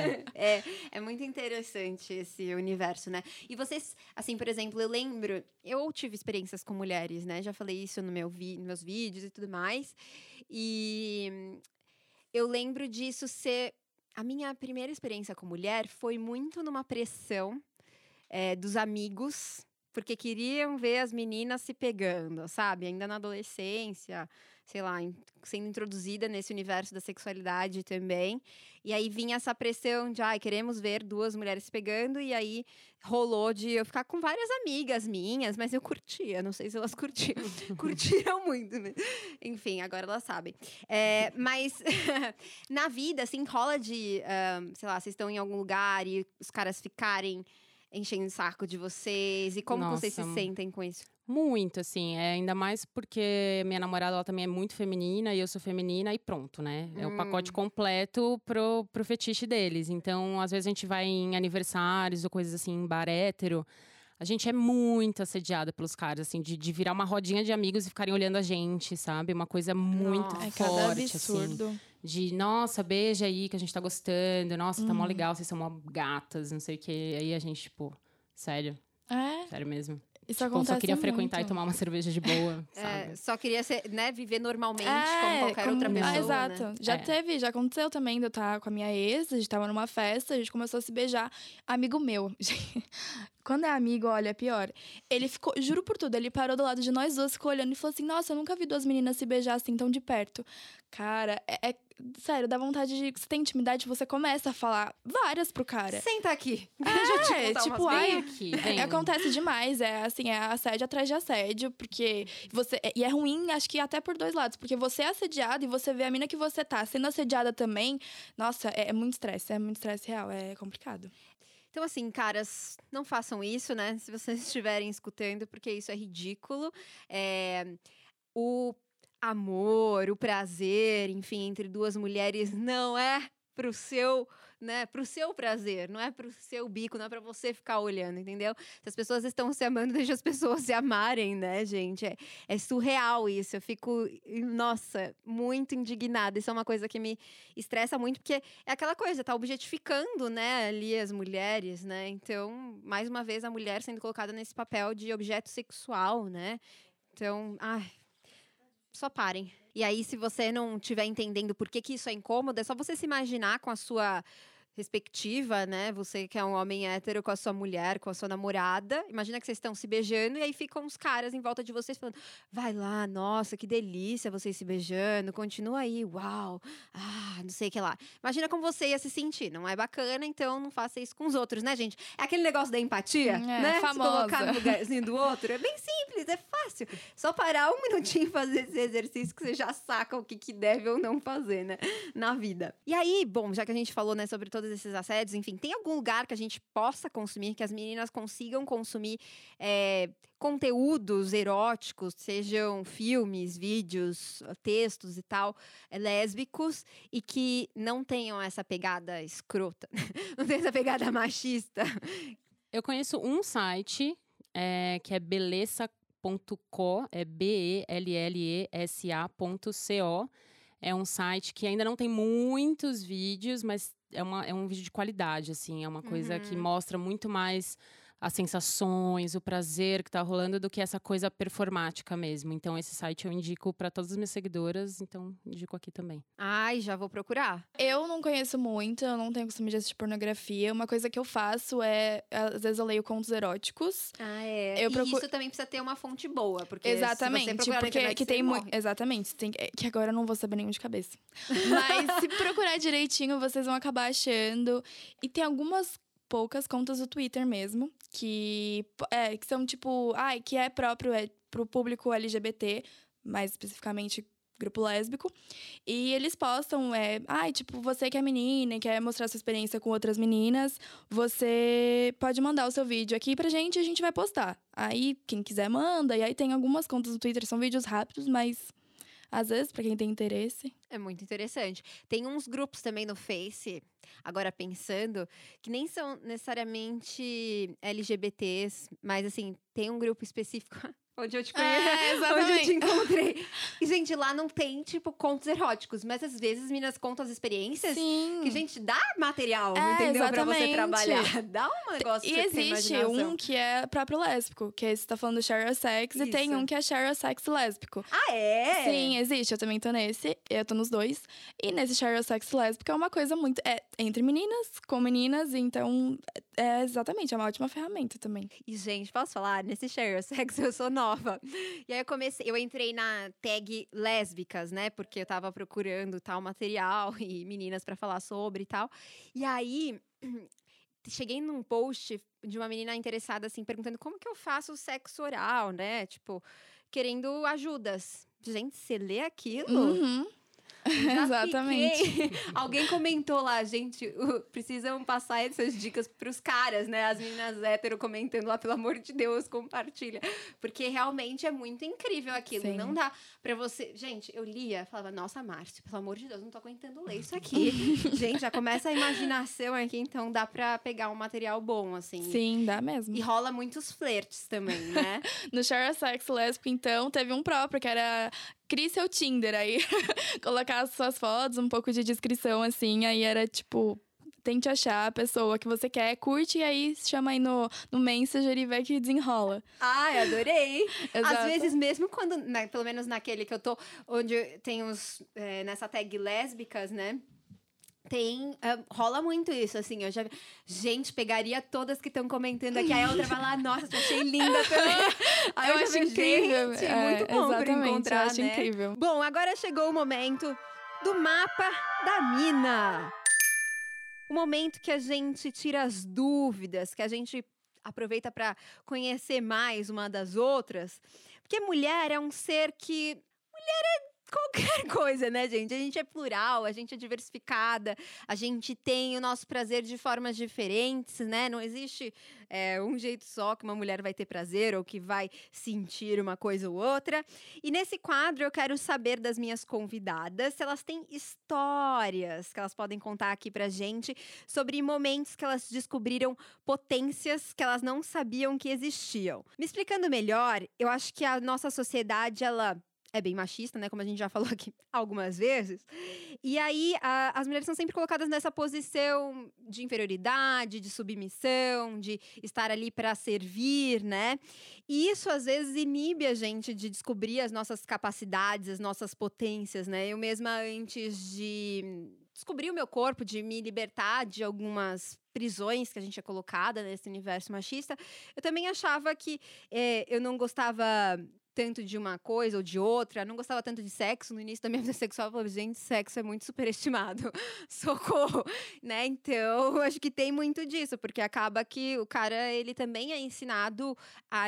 É muito interessante esse universo, né? E vocês, assim, por exemplo, eu lembro, eu tive experiências com mulheres, né? Já falei isso no nos meus vídeos e tudo mais. E eu lembro disso ser. A minha primeira experiência com mulher foi muito numa pressão dos amigos, porque queriam ver as meninas se pegando, sabe? Ainda na adolescência, sei lá, sendo introduzida nesse universo da sexualidade também. E aí vinha essa pressão de, queremos ver duas mulheres se pegando. E aí rolou de eu ficar com várias amigas minhas, mas eu curtia. Não sei se elas curtiam. Curtiram muito, né? Enfim, agora elas sabem. Mas na vida, assim, rola de, sei lá, vocês estão em algum lugar e os caras ficarem enchendo o saco de vocês? E como que vocês se sentem com isso? Muito, assim. Ainda mais porque minha namorada, ela também é muito feminina e eu sou feminina e pronto, né? É o pacote completo pro fetiche deles. Então, às vezes a gente vai em aniversários ou coisas assim, em bar hétero. A gente é muito assediada pelos caras, assim, de virar uma rodinha de amigos e ficarem olhando a gente, sabe? Uma coisa muito É forte, cada absurdo. assim. De, nossa, beija aí que a gente tá gostando. Nossa, tá mó legal, vocês são mó gatas, não sei o quê. Aí a gente, tipo, sério. Sério mesmo. Isso tipo, acontece só queria muito. frequentar e tomar uma cerveja de boa, sabe? Só queria viver normalmente, como qualquer outra pessoa, exato. né? Já aconteceu também de eu estar com a minha ex, a gente tava numa festa, a gente começou a se beijar. Amigo meu, quando é amigo, olha, é pior. Ele ficou, juro por tudo, ele parou do lado de nós duas, ficou olhando e falou assim: nossa, eu nunca vi duas meninas se beijar assim tão de perto. Cara, sério, dá vontade de. Você tem intimidade, você começa a falar várias pro cara. Senta aqui. Deixa eu te contar tipo, umas Vem aqui, vem. acontece demais. É assédio atrás de assédio, porque você. E é ruim, acho que até por dois lados, porque você é assediado e você vê a mina que você tá sendo assediada também. Nossa, é muito estresse real, é complicado. Então, assim, caras, não façam isso, né? Se vocês estiverem escutando, porque isso é ridículo. O amor, o prazer, enfim, entre duas mulheres não é pro seu, né, pro seu prazer, não é pro seu bico, não é pra você ficar olhando, entendeu? Se as pessoas estão se amando, deixa as pessoas se amarem, né, gente? É surreal isso, eu fico, nossa, muito indignada. Isso é uma coisa que me estressa muito, porque é aquela coisa, tá objetificando, né, ali as mulheres, né? Então, mais uma vez, a mulher sendo colocada nesse papel de objeto sexual, né? Então, só parem. E aí, se você não estiver entendendo por que isso é incômodo, é só você se imaginar com a sua respectiva, né? Você que é um homem hétero com a sua mulher, com a sua namorada. Imagina que vocês estão se beijando e aí ficam os caras em volta de vocês falando: vai lá, nossa, que delícia vocês se beijando, continua aí, uau, não sei o que lá. Imagina como você ia se sentir, não é bacana, então não faça isso com os outros, né, gente? É aquele negócio da empatia, né? Famosa. Se colocar no lugarzinho do outro, é bem simples, é fácil. Só parar um minutinho e fazer esse exercício que você já saca o que deve ou não fazer, né, na vida. E aí, bom, já que a gente falou, né, sobre todos esses assédios, enfim, tem algum lugar que a gente possa consumir, que as meninas consigam consumir conteúdos eróticos, sejam filmes, vídeos, textos e tal, lésbicos, e que não tenham essa pegada escrota, não tem essa pegada machista? Eu conheço um site que é beleza.co, é BELLESA.co. É um site que ainda não tem muitos vídeos, mas é um vídeo de qualidade, assim. É uma coisa que mostra muito mais as sensações, o prazer que tá rolando, do que essa coisa performática mesmo. Então, esse site eu indico para todas as minhas seguidoras, então indico aqui também. Ai, já vou procurar. Eu não conheço muito, eu não tenho costume de assistir pornografia. Uma coisa que eu faço às vezes eu leio contos eróticos. Ah, é. Eu E isso também precisa ter uma fonte boa, porque Exatamente, se você procurar na porque internet, que você tem morre. exatamente, que agora eu não vou saber nenhum de cabeça. Mas se procurar direitinho, vocês vão acabar achando. E tem algumas poucas contas do Twitter mesmo, que são tipo, que é próprio pro público LGBT, mais especificamente grupo lésbico. E eles postam, tipo, você que é menina e quer mostrar sua experiência com outras meninas, você pode mandar o seu vídeo aqui pra gente e a gente vai postar. Aí, quem quiser manda. E aí tem algumas contas do Twitter, são vídeos rápidos, mas às vezes, pra quem tem interesse. É muito interessante. Tem uns grupos também no Face, agora pensando, que nem são necessariamente LGBTs, mas assim, tem um grupo específico onde eu te conheço, onde eu te encontrei. E, gente, lá não tem, tipo, contos eróticos, mas às vezes as meninas contam as experiências. Sim. Que, gente, dá material, entendeu? Exatamente. Pra você trabalhar. Dá um negócio E pra você ter existe imaginação. um que é próprio lésbico, que é esse que tá falando do Share Your Sex, e tem um que é Share Your Sex lésbico. Ah, é? Sim, existe. Eu também tô nesse, eu tô nos dois. E nesse Share Your Sex lésbico é uma coisa muito... É entre meninas, com meninas, então... Exatamente, é uma ótima ferramenta também. E, gente, posso falar? Nesse Share Your Sex eu sou nova. E aí eu entrei na tag lésbicas, né? Porque eu tava procurando tal material e meninas pra falar sobre e tal. E aí, cheguei num post de uma menina interessada, assim, perguntando como que eu faço sexo oral, né? Tipo, querendo ajudas. Gente, você lê aquilo? Uhum. Exatamente. Alguém comentou lá, gente, precisam passar essas dicas pros caras, né? As meninas hétero comentando lá, pelo amor de Deus, compartilha. Porque realmente é muito incrível aquilo. Sim. Não dá pra você... Gente, eu lia, falava, nossa, Márcio, pelo amor de Deus, não tô aguentando ler isso aqui. Gente, já começa a imaginação aqui, então dá pra pegar um material bom, assim. Sim, dá mesmo. E rola muitos flertes também, né? No Share Your Sex lésbico, então, teve um próprio, que era... Crie seu Tinder, aí colocar as suas fotos, um pouco de descrição, assim, aí era tipo, tente achar a pessoa que você quer, curte e aí chama aí no Messenger e vê que desenrola. Ai, adorei! Exato. Às vezes, mesmo quando, né, pelo menos naquele que eu tô, onde tem os, nessa tag lésbicas, né? Rola muito isso, assim, eu já... Gente, pegaria todas que estão comentando aqui, aí a outra vai lá, nossa, eu achei linda também. Aí eu acho incrível. Gente, muito bom pra encontrar, eu acho né? incrível. Bom, agora chegou o momento do mapa da mina. O momento que a gente tira as dúvidas, que a gente aproveita para conhecer mais uma das outras. Porque mulher é um ser que... Mulher é qualquer coisa, né, gente? A gente é plural, a gente é diversificada, a gente tem o nosso prazer de formas diferentes, né? Não existe um jeito só que uma mulher vai ter prazer ou que vai sentir uma coisa ou outra. E nesse quadro eu quero saber das minhas convidadas se elas têm histórias que elas podem contar aqui pra gente sobre momentos que elas descobriram potências que elas não sabiam que existiam. Me explicando melhor, eu acho que a nossa sociedade, ela é bem machista, né? Como a gente já falou aqui algumas vezes. E aí, as mulheres são sempre colocadas nessa posição de inferioridade, de submissão, de estar ali para servir, né? E isso, às vezes, inibe a gente de descobrir as nossas capacidades, as nossas potências, né? Eu mesma, antes de descobrir o meu corpo, de me libertar de algumas prisões que a gente é colocada nesse universo machista, eu também achava que eu não gostava tanto de uma coisa ou de outra, não gostava tanto de sexo. No início da minha vida sexual, eu falava, gente, sexo é muito superestimado. Socorro, né? Então, acho que tem muito disso, porque acaba que o cara, ele também é ensinado a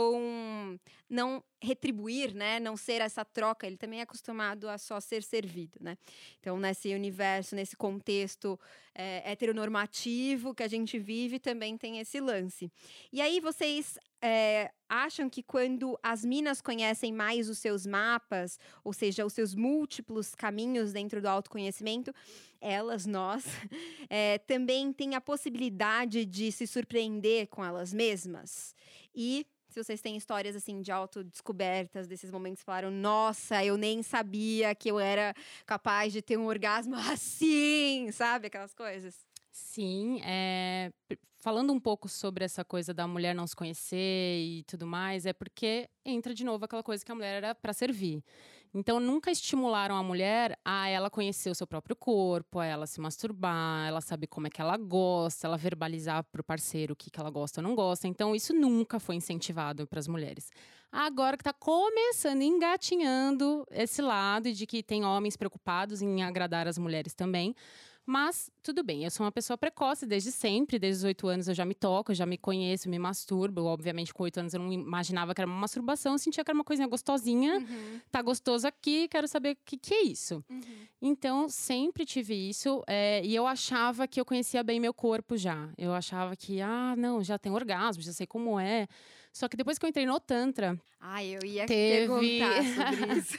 não retribuir, né? Não ser essa troca. Ele também é acostumado a só ser servido, né? Então, nesse universo, nesse contexto heteronormativo que a gente vive, também tem esse lance. E aí, vocês acham que quando as minas conhecem mais os seus mapas, ou seja, os seus múltiplos caminhos dentro do autoconhecimento, nós, também têm a possibilidade de se surpreender com elas mesmas? E se vocês têm histórias, assim, de autodescobertas, desses momentos que falaram, nossa, eu nem sabia que eu era capaz de ter um orgasmo assim, sabe? Aquelas coisas. Sim, falando um pouco sobre essa coisa da mulher não se conhecer e tudo mais, é porque entra de novo aquela coisa que a mulher era para servir. Então, nunca estimularam a mulher a ela conhecer o seu próprio corpo, a ela se masturbar, ela saber como é que ela gosta, ela verbalizar pro parceiro o que ela gosta ou não gosta. Então, isso nunca foi incentivado para as mulheres. Agora que está começando, engatinhando esse lado de que tem homens preocupados em agradar as mulheres também. Mas, tudo bem, eu sou uma pessoa precoce desde sempre, desde os 8 anos eu já me toco, eu já me conheço, me masturbo. Obviamente, com 8 anos eu não imaginava que era uma masturbação, eu sentia que era uma coisinha gostosinha. Tá gostoso aqui, quero saber o que é isso. Então, sempre tive isso, e eu achava que eu conhecia bem meu corpo já. Eu achava que, não, já tem orgasmo, já sei como é. Só que depois que eu entrei no Tantra… eu ia perguntar sobre isso.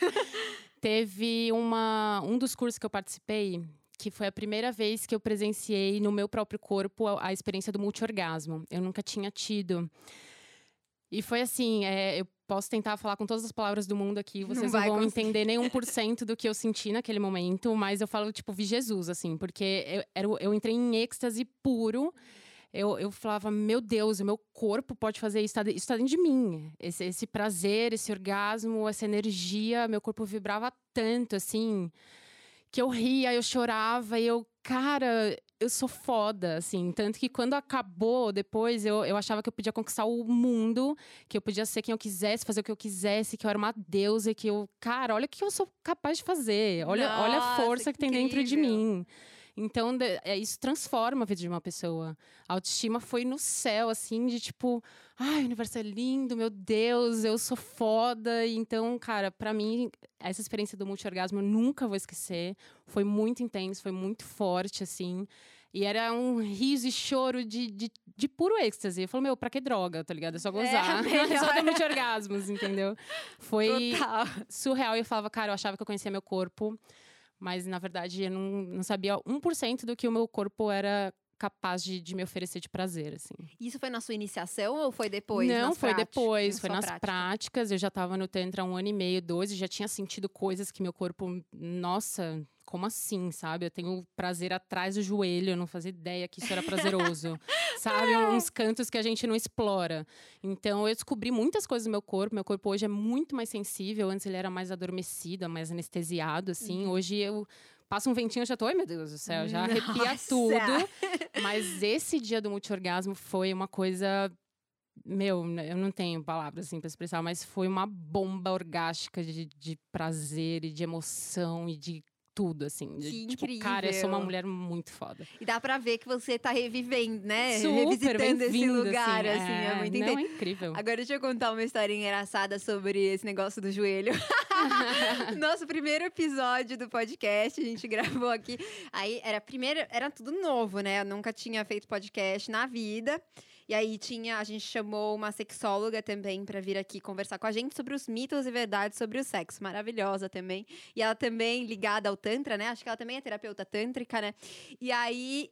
Teve um dos cursos que eu participei, que foi a primeira vez que eu presenciei no meu próprio corpo a experiência do multi-orgasmo. Eu nunca tinha tido. E foi assim, eu posso tentar falar com todas as palavras do mundo aqui, vocês não vão entender nem 1% do que eu senti naquele momento, mas eu falo, tipo, vi Jesus, assim, porque eu entrei em êxtase puro. Eu falava, meu Deus, o meu corpo pode fazer isso, isso tá dentro de mim. Esse prazer, esse orgasmo, essa energia, meu corpo vibrava tanto, assim, que eu ria, eu chorava, e cara, eu sou foda, assim. Tanto que quando acabou, depois, eu achava que eu podia conquistar o mundo, que eu podia ser quem eu quisesse, fazer o que eu quisesse, que eu era uma deusa, e que cara, olha o que eu sou capaz de fazer. Olha a força que tem dentro de mim. Então, isso transforma a vida de uma pessoa. A autoestima foi no céu, assim, de tipo… Ai, o universo é lindo, meu Deus, eu sou foda. Então, cara, pra mim, essa experiência do multi-orgasmo eu nunca vou esquecer. Foi muito intenso, foi muito forte, assim. E era um riso e choro de puro êxtase. Eu falo, pra que droga, tá ligado? É só gozar. Só ter multi-orgasmos, entendeu? Foi surreal. E eu falava, cara, eu achava que eu conhecia meu corpo. Mas, na verdade, eu não sabia 1% do que o meu corpo era capaz de me oferecer de prazer, assim. Isso foi na sua iniciação ou foi depois? Não, foi depois. Foi nas práticas. Eu já tava no Tantra há 1 ano e meio, 2. E já tinha sentido coisas que meu corpo… Nossa… Como assim, sabe? Eu tenho prazer atrás do joelho, eu não fazia ideia que isso era prazeroso. Sabe? Uns cantos que a gente não explora. Então, eu descobri muitas coisas do meu corpo. Meu corpo hoje é muito mais sensível. Antes ele era mais adormecido, mais anestesiado, assim. Hoje eu passo um ventinho, eu já tô… Ai, meu Deus do céu, já arrepia tudo. Mas esse dia do multi-orgasmo foi uma coisa… eu não tenho palavras assim pra expressar, mas foi uma bomba orgástica de prazer e de emoção e de tudo, assim. Que tipo, incrível. Cara, eu sou uma mulher muito foda. E dá pra ver que você tá revivendo, né? Super revisitando esse lugar, assim. É muito não, é incrível. Agora, deixa eu contar uma história engraçada sobre esse negócio do joelho. Nosso primeiro episódio do podcast, a gente gravou aqui. Aí, era tudo novo, né? Eu nunca tinha feito podcast na vida. E aí a gente chamou uma sexóloga também pra vir aqui conversar com a gente sobre os mitos e verdades sobre o sexo. Maravilhosa também. E ela também ligada ao Tantra, né? Acho que ela também é terapeuta tântrica, né? E aí…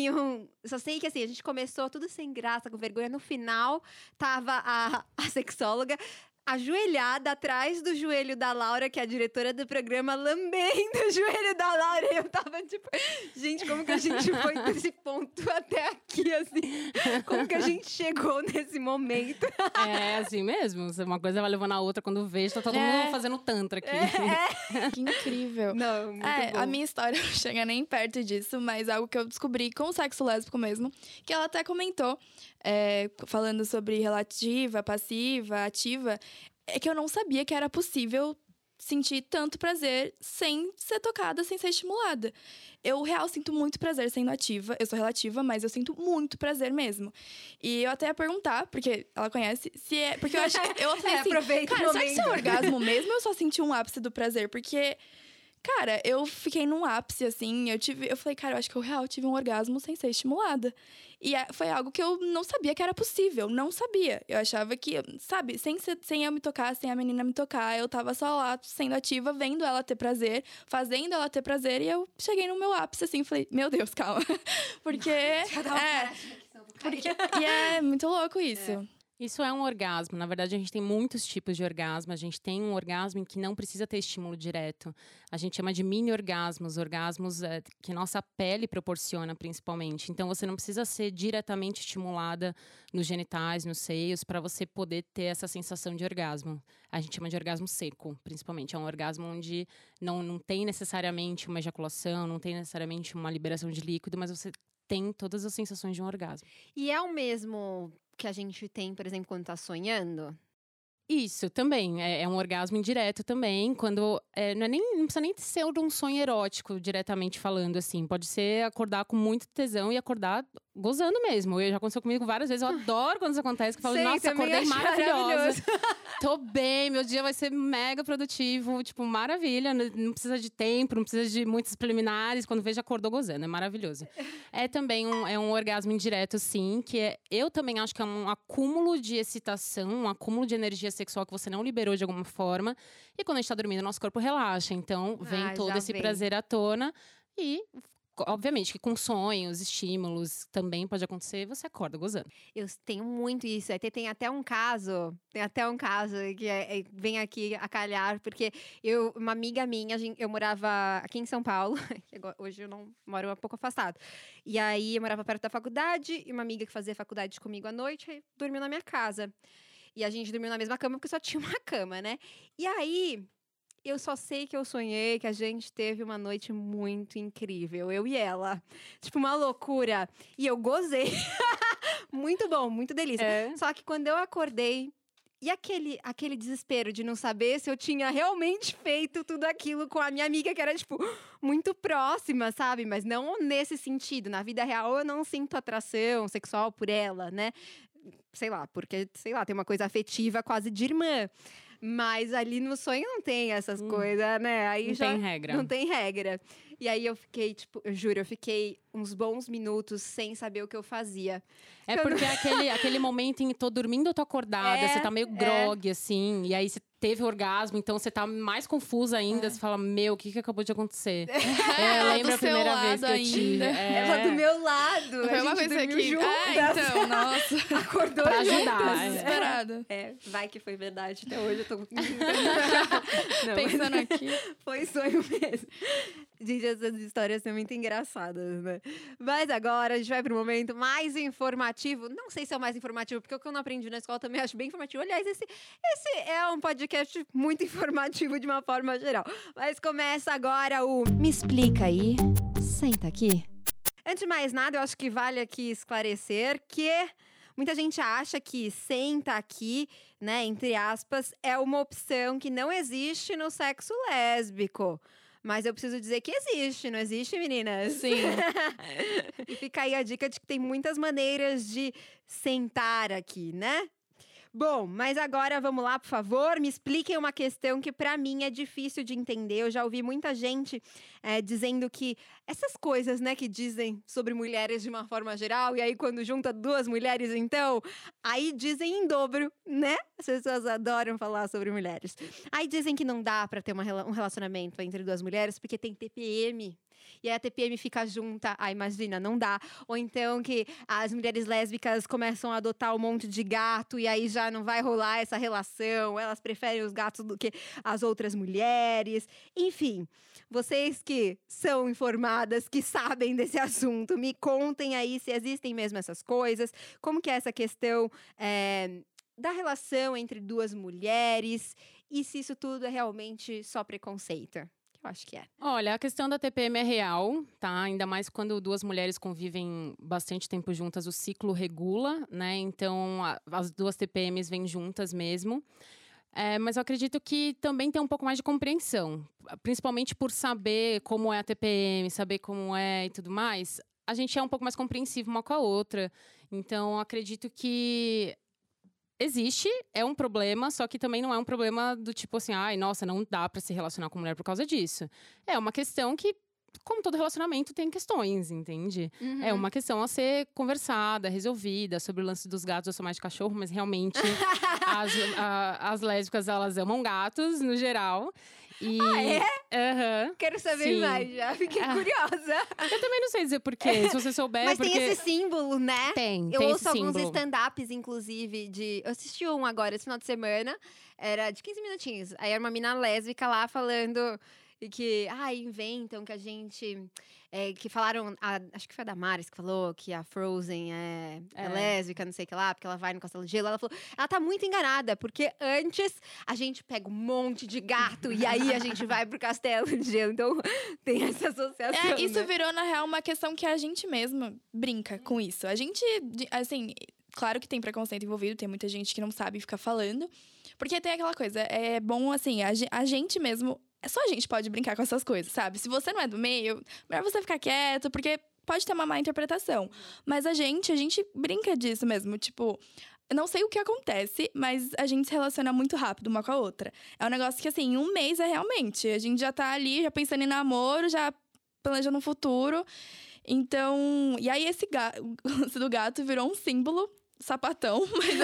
só sei que assim, a gente começou tudo sem graça, com vergonha. No final, tava a sexóloga ajoelhada atrás do joelho da Laura, que é a diretora do programa, lambendo o joelho da Laura. E eu tava tipo, gente, como que a gente foi desse ponto até aqui, assim? Como que a gente chegou nesse momento? É assim mesmo, uma coisa vai levando a outra, quando vejo, tá todo mundo fazendo tantra aqui. Que incrível. Não, muito bom. A minha história não chega nem perto disso, mas algo que eu descobri com o sexo lésbico mesmo, que ela até comentou, falando sobre relativa, passiva, ativa, é que eu não sabia que era possível sentir tanto prazer sem ser tocada, sem ser estimulada. Eu, real, sinto muito prazer sendo ativa. Eu sou relativa, mas eu sinto muito prazer mesmo. E eu até ia perguntar, porque ela conhece, se é… Porque eu acho… Eu falei assim, cara, será que isso é orgasmo mesmo ou eu só senti um ápice do prazer? Porque… Cara, eu fiquei num ápice, assim, eu falei, cara, eu acho que eu real tive um orgasmo sem ser estimulada. E foi algo que eu não sabia que era possível, não sabia. Eu achava que, sabe, sem eu me tocar, sem a menina me tocar, eu tava só lá, sendo ativa, vendo ela ter prazer, fazendo ela ter prazer, e eu cheguei no meu ápice, assim, falei, meu Deus, calma. Porque… E é muito louco isso. Isso é um orgasmo. Na verdade, a gente tem muitos tipos de orgasmo. A gente tem um orgasmo em que não precisa ter estímulo direto. A gente chama de mini-orgasmos, orgasmos que nossa pele proporciona, principalmente. Então, você não precisa ser diretamente estimulada nos genitais, nos seios, para você poder ter essa sensação de orgasmo. A gente chama de orgasmo seco, principalmente. É um orgasmo onde não tem necessariamente uma ejaculação, não tem necessariamente uma liberação de líquido, mas você tem todas as sensações de um orgasmo. E é o mesmo que a gente tem, por exemplo, quando tá sonhando? Isso, também. É um orgasmo indireto também, quando não precisa nem ser um sonho erótico, diretamente falando, assim. Pode ser acordar com muito tesão e acordar gozando mesmo. Já aconteceu comigo várias vezes, eu adoro quando isso acontece, que eu falo, nossa, acordei maravilhosa. Tô bem, meu dia vai ser mega produtivo, tipo, maravilha. Não precisa de tempo, não precisa de muitos preliminares. Quando vejo, acordou gozando, é maravilhoso. É também um orgasmo indireto, sim, que eu também acho que é um acúmulo de excitação, um acúmulo de energia sexual que você não liberou de alguma forma. E quando a gente tá dormindo, nosso corpo relaxa. Então, vem todo esse prazer à tona. E, obviamente, que com sonhos, estímulos, também pode acontecer, você acorda gozando. Eu tenho muito isso. Tem até um caso que vem aqui a calhar, porque uma amiga minha, eu morava aqui em São Paulo, hoje eu não moro um pouco afastado. E aí eu morava perto da faculdade, e uma amiga que fazia faculdade comigo à noite dormiu na minha casa. E a gente dormiu na mesma cama, porque só tinha uma cama, né? E aí, eu só sei que eu sonhei que a gente teve uma noite muito incrível, eu e ela. Tipo, uma loucura. E eu gozei. Muito bom, muito delícia. Só que quando eu acordei, e aquele desespero de não saber se eu tinha realmente feito tudo aquilo com a minha amiga, que era, tipo, muito próxima, sabe? Mas não nesse sentido. Na vida real, eu não sinto atração sexual por ela, né? Sei lá, porque, tem uma coisa afetiva quase de irmã. Mas ali no sonho não tem essas coisas, né? Aí tem regra. Não tem regra. E aí eu fiquei, tipo, eu juro, eu fiquei uns bons minutos sem saber o que eu fazia. Porque aquele momento em tô dormindo ou tô acordada, você tá meio grog, assim, e aí você teve orgasmo, então você tá mais confusa ainda, você fala, o que acabou de acontecer? Eu lembro a primeira vez que eu tive. Ela do meu lado, foi a uma gente coisa dormiu que... juntas. Então, nossa. Acordou pra juntas. ajudar. Desesperada. Vai que foi verdade, até hoje eu tô... Pensando aqui. Foi sonho mesmo. Gente, essas histórias são muito engraçadas, né? Mas agora a gente vai pro momento mais informativo. Não sei se é o mais informativo, porque o que eu não aprendi na escola também acho bem informativo. Aliás, esse é um podcast muito informativo de uma forma geral. Mas começa agora o Me Explica Aí, Senta Aqui. Antes de mais nada, eu acho que vale aqui esclarecer que muita gente acha que senta aqui, né, entre aspas, é uma opção que não existe no sexo lésbico. Mas eu preciso dizer que existe, não existe, meninas? Sim. E fica aí a dica de que tem muitas maneiras de sentar aqui, né? Bom, mas agora vamos lá, por favor, me expliquem uma questão que pra mim é difícil de entender. Eu já ouvi muita gente dizendo que essas coisas, né, que dizem sobre mulheres de uma forma geral, e aí quando junta duas mulheres, então, aí dizem em dobro, né? As pessoas adoram falar sobre mulheres. Aí dizem que não dá pra ter um relacionamento entre duas mulheres porque tem TPM. E aí a TPM fica junta, imagina, não dá. Ou então que as mulheres lésbicas começam a adotar um monte de gato e aí já não vai rolar essa relação, elas preferem os gatos do que as outras mulheres. Enfim, vocês que são informadas, que sabem desse assunto, me contem aí se existem mesmo essas coisas, como que é essa questão da relação entre duas mulheres e se isso tudo é realmente só preconceito. Acho que é. Olha, a questão da TPM é real, tá? Ainda mais quando duas mulheres convivem bastante tempo juntas, o ciclo regula, né? Então, as duas TPMs vêm juntas mesmo. Mas eu acredito que também tem um pouco mais de compreensão. Principalmente por saber como é a TPM, saber como é e tudo mais. A gente é um pouco mais compreensivo uma com a outra. Então, acredito que existe, é um problema, só que também não é um problema do tipo assim, nossa, não dá pra se relacionar com mulher por causa disso. É uma questão que como todo relacionamento, tem questões, entende? É uma questão a ser conversada, resolvida. Sobre o lance dos gatos, eu sou mais de cachorro, mas realmente as lésbicas, elas amam gatos, no geral. E, Quero saber sim. mais já, fiquei curiosa. Eu também não sei dizer porquê, se você souber. Mas porque... tem esse símbolo, né? Tem Eu ouço esse alguns símbolo. stand-ups, inclusive, eu assisti um agora, esse final de semana. Era de 15 minutinhos. Aí era uma mina lésbica lá falando que, inventam que a gente… que falaram, acho que foi a Damares que falou que a Frozen é lésbica, não sei o que lá, porque ela vai no Castelo de Gelo. Ela falou, ela tá muito enganada, porque antes a gente pega um monte de gato e aí a gente vai pro Castelo de Gelo. Então tem essa associação, Isso né? virou, na real, uma questão que a gente mesmo brinca com isso. A gente, assim… Claro que tem preconceito envolvido, tem muita gente que não sabe ficar falando. Porque tem aquela coisa, é bom, assim, a gente mesmo… Só a gente pode brincar com essas coisas, sabe? Se você não é do meio, melhor você ficar quieto, porque pode ter uma má interpretação. Mas a gente brinca disso mesmo, tipo… Eu não sei o que acontece, mas a gente se relaciona muito rápido uma com a outra. É um negócio que, assim, em um mês realmente… A gente já tá ali, já pensando em namoro, já planejando um futuro. Então… E aí, esse lance do gato virou um símbolo… sapatão, mas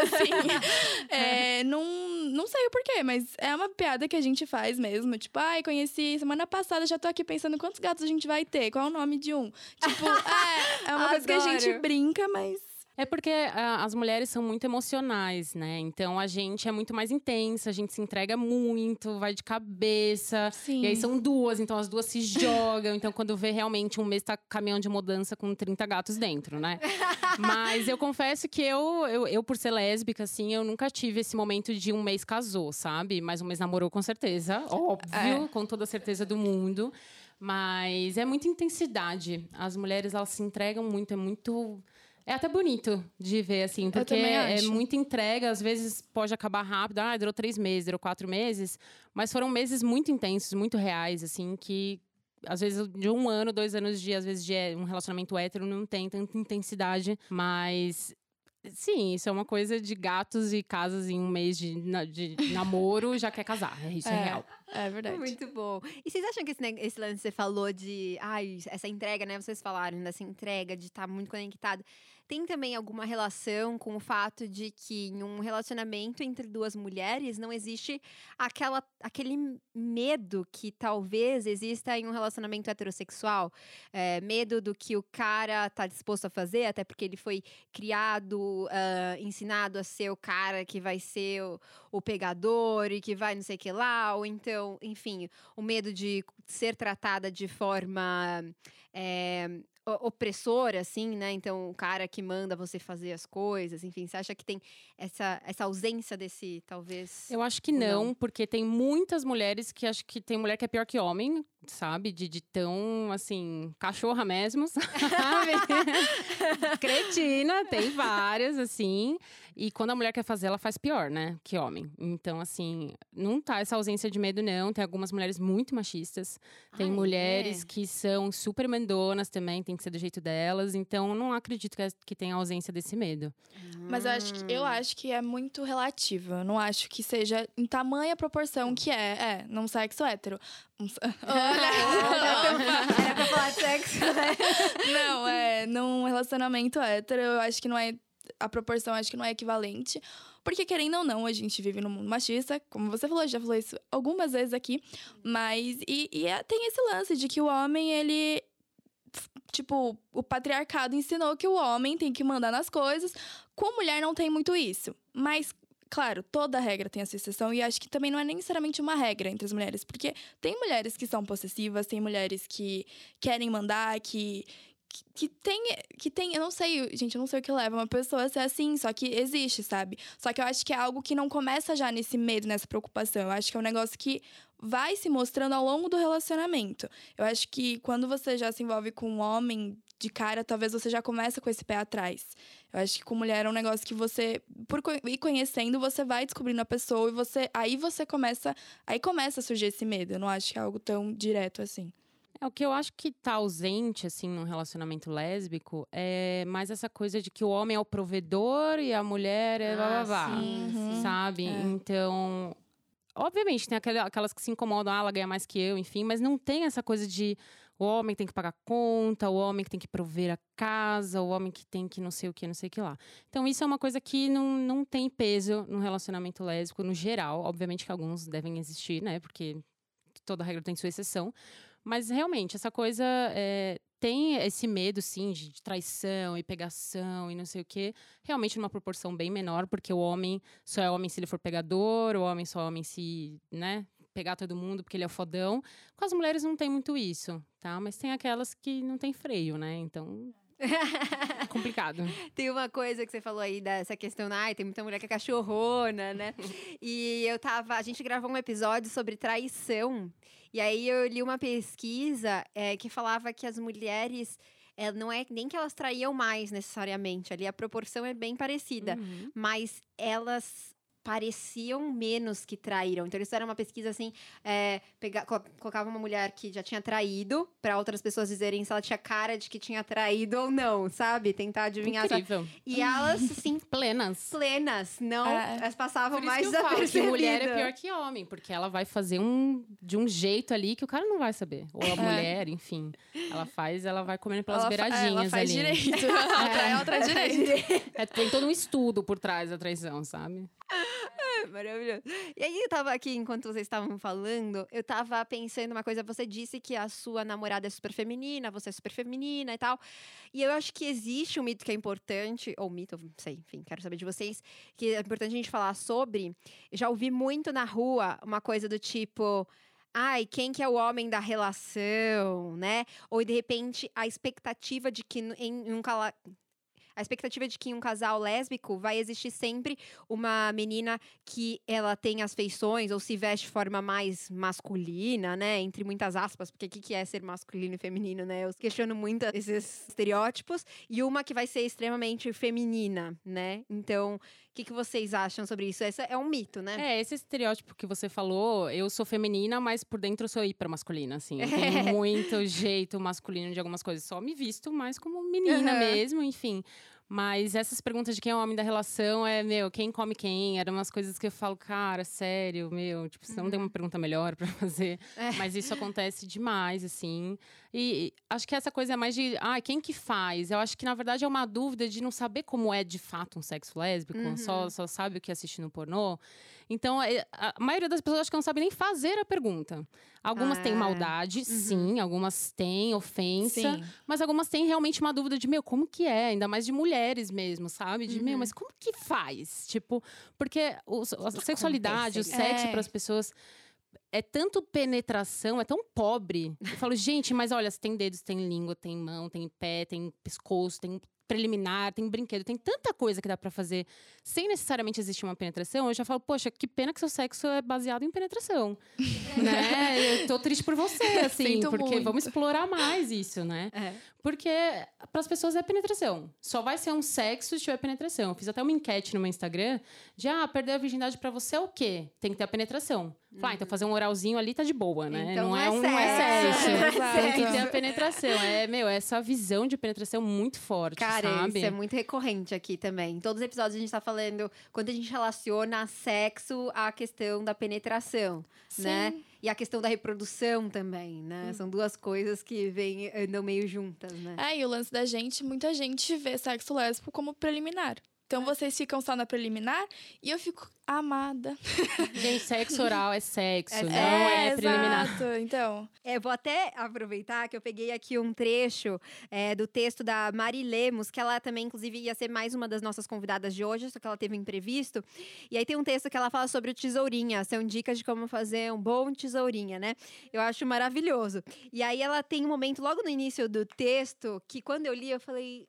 assim, não sei o porquê, mas é uma piada que a gente faz mesmo. Tipo, conheci semana passada, já tô aqui pensando quantos gatos a gente vai ter, qual é o nome de um. Tipo, é uma coisa que a gente brinca, mas… É porque as mulheres são muito emocionais, né? Então, a gente é muito mais intensa, a gente se entrega muito, vai de cabeça. Sim. E aí, são duas, então as duas se jogam. Então, quando vê, realmente, um mês tá caminhão de mudança com 30 gatos dentro, né? Mas eu confesso que eu, por ser lésbica, assim, eu nunca tive esse momento de um mês casou, sabe? Mas um mês namorou, com certeza. Óbvio, com toda a certeza do mundo. Mas é muita intensidade. As mulheres, elas se entregam muito, é até bonito de ver, assim, porque é muita entrega. Às vezes pode acabar rápido. Durou 3 meses, durou 4 meses. Mas foram meses muito intensos, muito reais, assim, que… Às vezes, de 1 ano, 2 anos às vezes, de um relacionamento hétero não tem tanta intensidade. Mas… Sim, isso é uma coisa de gatos e casas em um mês de namoro, já quer casar. Isso é real. É verdade. Muito bom. E vocês acham que esse lance que você falou de… essa entrega, né? Vocês falaram dessa entrega, de estar muito conectado. Tem também alguma relação com o fato de que em um relacionamento entre duas mulheres não existe aquele medo que talvez exista em um relacionamento heterossexual? Medo do que o cara tá disposto a fazer, até porque ele foi criado, ensinado a ser o cara que vai ser o pegador e que vai não sei o que lá. Ou então, enfim, o medo de ser tratada de forma… opressora, assim, né? Então, o cara que manda você fazer as coisas, enfim, você acha que tem essa ausência desse, talvez… Eu acho que não, porque tem muitas mulheres que acho que tem mulher que é pior que homem, sabe? De tão, assim, cachorra mesmo, sabe? Cretina, tem várias, assim. E quando a mulher quer fazer, ela faz pior, né? Que homem. Então, assim, não tá essa ausência de medo, não. Tem algumas mulheres muito machistas. Tem mulheres que são super mandonas também, tem que ser do jeito delas. Então, eu não acredito que tenha ausência desse medo. Mas eu acho que é muito relativo. Eu não acho que seja em tamanha proporção que num sexo hétero. Era pra falar de sexo, né? Não, num relacionamento hétero, eu acho que não é… A proporção acho que não é equivalente. Porque, querendo ou não, a gente vive num mundo machista. Como você falou, já falou isso algumas vezes aqui. Mas… tem esse lance de que o homem, ele… Tipo, o patriarcado ensinou que o homem tem que mandar nas coisas. Com a mulher não tem muito isso. Mas… Claro, toda regra tem a sua exceção, e acho que também não é necessariamente uma regra entre as mulheres, porque tem mulheres que são possessivas, tem mulheres que querem mandar, que tem, eu não sei, gente, eu não sei o que leva uma pessoa a ser assim, só que existe, sabe? Só que eu acho que é algo que não começa já nesse medo, nessa preocupação. Eu acho que é um negócio que vai se mostrando ao longo do relacionamento. Eu acho que quando você já se envolve com um homem de cara, talvez você já começa com esse pé atrás. Eu acho que com mulher é um negócio que você, por ir conhecendo, você vai descobrindo a pessoa e aí começa a surgir esse medo. Eu não acho que é algo tão direto assim. O que eu acho que tá ausente, assim, num relacionamento lésbico é mais essa coisa de que o homem é o provedor e a mulher é blá blá blá. Sim. Sabe? Então, obviamente, tem aquelas que se incomodam, ela ganha mais que eu, enfim, mas não tem essa coisa de O homem tem que pagar conta, o homem que tem que prover a casa, o homem que tem que não sei o que, não sei o que lá. Então, isso é uma coisa que não tem peso no relacionamento lésbico, no geral. Obviamente que alguns devem existir, né? Porque toda regra tem sua exceção. Mas, realmente, essa coisa tem esse medo, sim, de traição e pegação e não sei o quê. Realmente numa proporção bem menor, porque o homem só é homem se ele for pegador, o homem só é homem se, né, pegar todo mundo porque ele é fodão. Com as mulheres não tem muito isso, tá? Mas tem aquelas que não tem freio, né? Então, é complicado. Tem uma coisa que você falou aí dessa questão, tem muita mulher que é cachorrona, né? E a gente gravou um episódio sobre traição. E aí eu li uma pesquisa que falava que as mulheres, não é nem que elas traíam mais necessariamente, ali a proporção é bem parecida, mas elas pareciam menos que traíram. Então, eles fizeram uma pesquisa assim, colocava uma mulher que já tinha traído, para outras pessoas dizerem se ela tinha cara de que tinha traído ou não, sabe? Tentar adivinhar. Incrível. E elas, assim, plenas, não, elas passavam por mais isso que eu falo que mulher é desapercebidas. pior que homem, porque ela vai fazer de um jeito ali que o cara não vai saber. Ou a mulher, enfim. Ela vai comendo pelas beiradinhas ela faz ali. direito. Ela traz direito. Tem todo um estudo por trás da traição, sabe? Maravilhoso. E aí, eu tava aqui, enquanto vocês estavam falando, eu tava pensando uma coisa. Você disse que a sua namorada é super feminina, você é super feminina e tal. E eu acho que existe um mito que é importante, ou mito, não sei, enfim, quero saber de vocês, que é importante a gente falar sobre. Eu já ouvi muito na rua uma coisa do tipo: quem que é o homem da relação, né? Ou, de repente, a expectativa de que a expectativa de que em um casal lésbico vai existir sempre uma menina que ela tem as feições ou se veste de forma mais masculina, né? Entre muitas aspas, porque o que é ser masculino e feminino, né? Eu questiono muito esses estereótipos. E uma que vai ser extremamente feminina, né? Então, o que vocês acham sobre isso? Esse é um mito, né? Esse estereótipo que você falou, eu sou feminina, mas por dentro eu sou hipermasculina, assim. Eu tenho muito jeito masculino de algumas coisas. Só me visto mais como menina mesmo, enfim. Mas essas perguntas de quem é o homem da relação quem come quem? Eram umas coisas que eu falo, cara, sério, tipo, você não tem uma pergunta melhor pra fazer. Mas isso acontece demais, assim. E acho que essa coisa é mais de, quem que faz? Eu acho que, na verdade, é uma dúvida de não saber como é, de fato, um sexo lésbico. Só sabe o que assiste no pornô. Então, a maioria das pessoas acho que não sabe nem fazer a pergunta. Algumas têm maldade, sim. Algumas têm ofensa. Sim. Mas algumas têm realmente uma dúvida de, como que é? Ainda mais de mulheres mesmo, sabe? De, mas como que faz? Tipo, porque a sexualidade, o sexo para as pessoas é tanto penetração, é tão pobre. Eu falo, gente, mas olha, tem dedos, tem língua, tem mão, tem pé, tem pescoço, tem preliminar, tem brinquedo, tem tanta coisa que dá pra fazer sem necessariamente existir uma penetração. Eu já falo, poxa, que pena que seu sexo é baseado em penetração. Né? Eu tô triste por você, assim, Sinto porque muito. vamos explorar mais isso, né? Porque pras pessoas é penetração. Só vai ser um sexo se tiver penetração. Eu fiz até uma enquete no meu Instagram de, perder a virgindade pra você é o quê? Tem que ter a penetração. Então fazer um oralzinho ali tá de boa, né? Então, não é sexo. Tem que ter a penetração. Essa visão de penetração muito forte, Cara, sabe? isso é muito recorrente aqui também. Em todos os episódios a gente tá falando quando a gente relaciona sexo à questão da penetração, né? E a questão da reprodução também, né? São duas coisas que andam meio juntas, né? E o lance da gente, muita gente vê sexo lésbico como preliminar. Então, vocês ficam só na preliminar e eu fico amada. Gente, sexo oral é sexo, não é preliminar. Exato, então. Vou até aproveitar que eu peguei aqui um trecho do texto da Mari Lemos, que ela também, inclusive, ia ser mais uma das nossas convidadas de hoje, só que ela teve um imprevisto. E aí tem um texto que ela fala sobre o tesourinha, são dicas de como fazer um bom tesourinha, né? Eu acho maravilhoso. E aí ela tem um momento logo no início do texto que, quando eu li, eu falei,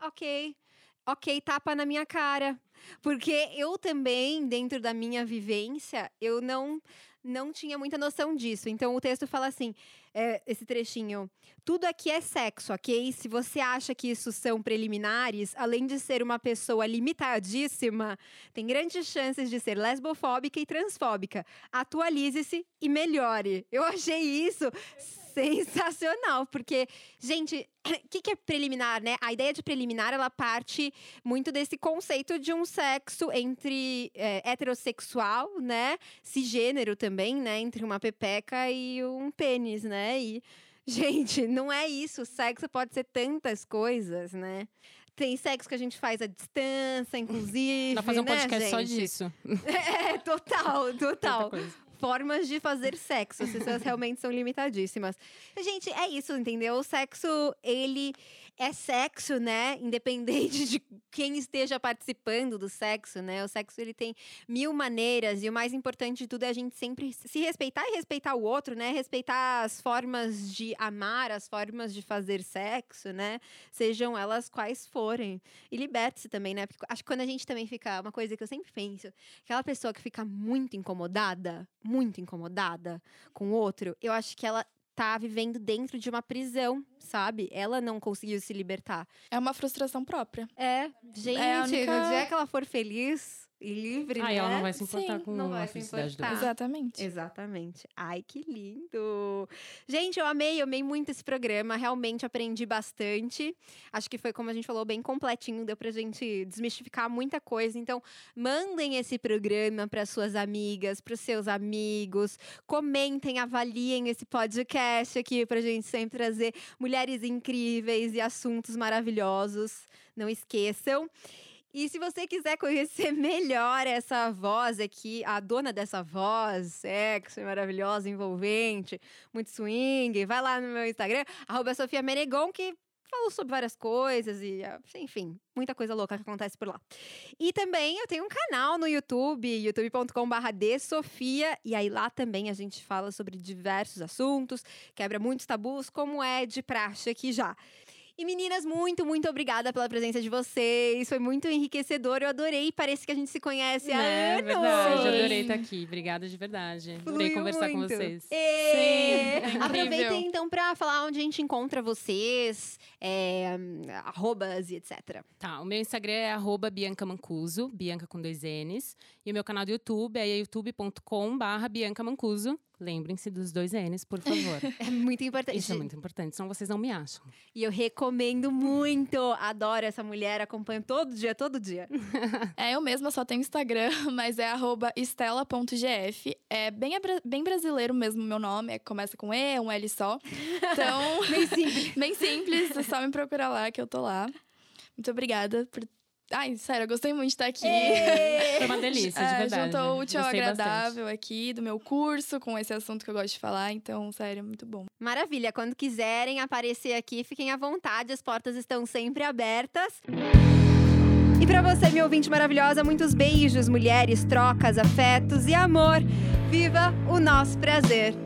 ok, tapa na minha cara. Porque eu também, dentro da minha vivência, eu não tinha muita noção disso. Então, o texto fala assim, esse trechinho: tudo aqui é sexo, ok? Se você acha que isso são preliminares, além de ser uma pessoa limitadíssima, tem grandes chances de ser lesbofóbica e transfóbica. Atualize-se e melhore. Eu achei isso sensacional, porque, gente, o que é preliminar, né? A ideia de preliminar, ela parte muito desse conceito de um sexo entre heterossexual, né? Cisgênero também, né? Entre uma pepeca e um pênis, né? E Gente, não é isso. Sexo pode ser tantas coisas, né? Tem sexo que a gente faz à distância, inclusive, Dá pra fazer um podcast né, só gente? disso. É, total. Tanta coisa. Formas de fazer sexo, as pessoas realmente são limitadíssimas. Gente, é isso, entendeu? O sexo, ele é sexo, né? Independente de quem esteja participando do sexo, né? O sexo, ele tem 1000 maneiras e o mais importante de tudo é a gente sempre se respeitar e respeitar o outro, né? Respeitar as formas de amar, as formas de fazer sexo, né? Sejam elas quais forem. E liberte-se também, né? Porque acho que quando a gente também fica… Uma coisa que eu sempre penso, aquela pessoa que fica muito incomodada com o outro, eu acho que ela tá vivendo dentro de uma prisão, sabe? Ela não conseguiu se libertar. É uma frustração própria. Gente, É a única- no dia que ela for feliz e livre, né? Ela não vai se importar Sim, com não vai a se felicidade do importar. outro. Exatamente. Exatamente. Ai, que lindo! Gente, eu amei muito esse programa. Realmente aprendi bastante. Acho que foi, como a gente falou, bem completinho. Deu pra gente desmistificar muita coisa. Então, mandem esse programa para suas amigas, para os seus amigos. Comentem, avaliem esse podcast aqui pra gente sempre trazer mulheres incríveis e assuntos maravilhosos. Não esqueçam. E se você quiser conhecer melhor essa voz aqui, a dona dessa voz, sexy, maravilhosa, envolvente, muito swing, vai lá no meu Instagram, @SofiaMenegon, que falo sobre várias coisas e, enfim, muita coisa louca que acontece por lá. E também eu tenho um canal no YouTube, youtube.com/dsofia, e aí lá também a gente fala sobre diversos assuntos, quebra muitos tabus, como é de praxe aqui já. E meninas, muito obrigada pela presença de vocês. Foi muito enriquecedor, eu adorei. Parece que a gente se conhece há É anos. verdade, Sim. adorei estar aqui. Obrigada de verdade. Adorei Fluiu conversar com muito. vocês. Sim, é incrível. Aproveitem então pra falar onde a gente encontra vocês, arrobas e etc. Tá, o meu Instagram é @BiancaMancuso, Bianca com 2 N's. E o meu canal do YouTube é youtube.com/BiancaMancuso. Lembrem-se dos 2 N's, por favor. É muito importante. Isso é muito importante, senão vocês não me acham. E eu recomendo muito. Adoro essa mulher, acompanho todo dia. Eu mesma só tenho Instagram, mas é @estela.gf. É bem brasileiro mesmo o meu nome. Começa com E, um L só. Então, bem simples. É só me procurar lá que eu tô lá. Muito obrigada por… Ai, sério, eu gostei muito de estar aqui. Foi uma delícia, de verdade. Juntou o útil ao Gostei agradável aqui do meu curso com esse assunto que eu gosto de falar. Então, sério, muito bom. Maravilha. Quando quiserem aparecer aqui, fiquem à vontade. As portas estão sempre abertas. E pra você, minha ouvinte maravilhosa, muitos beijos, mulheres, trocas, afetos e amor. Viva o nosso prazer!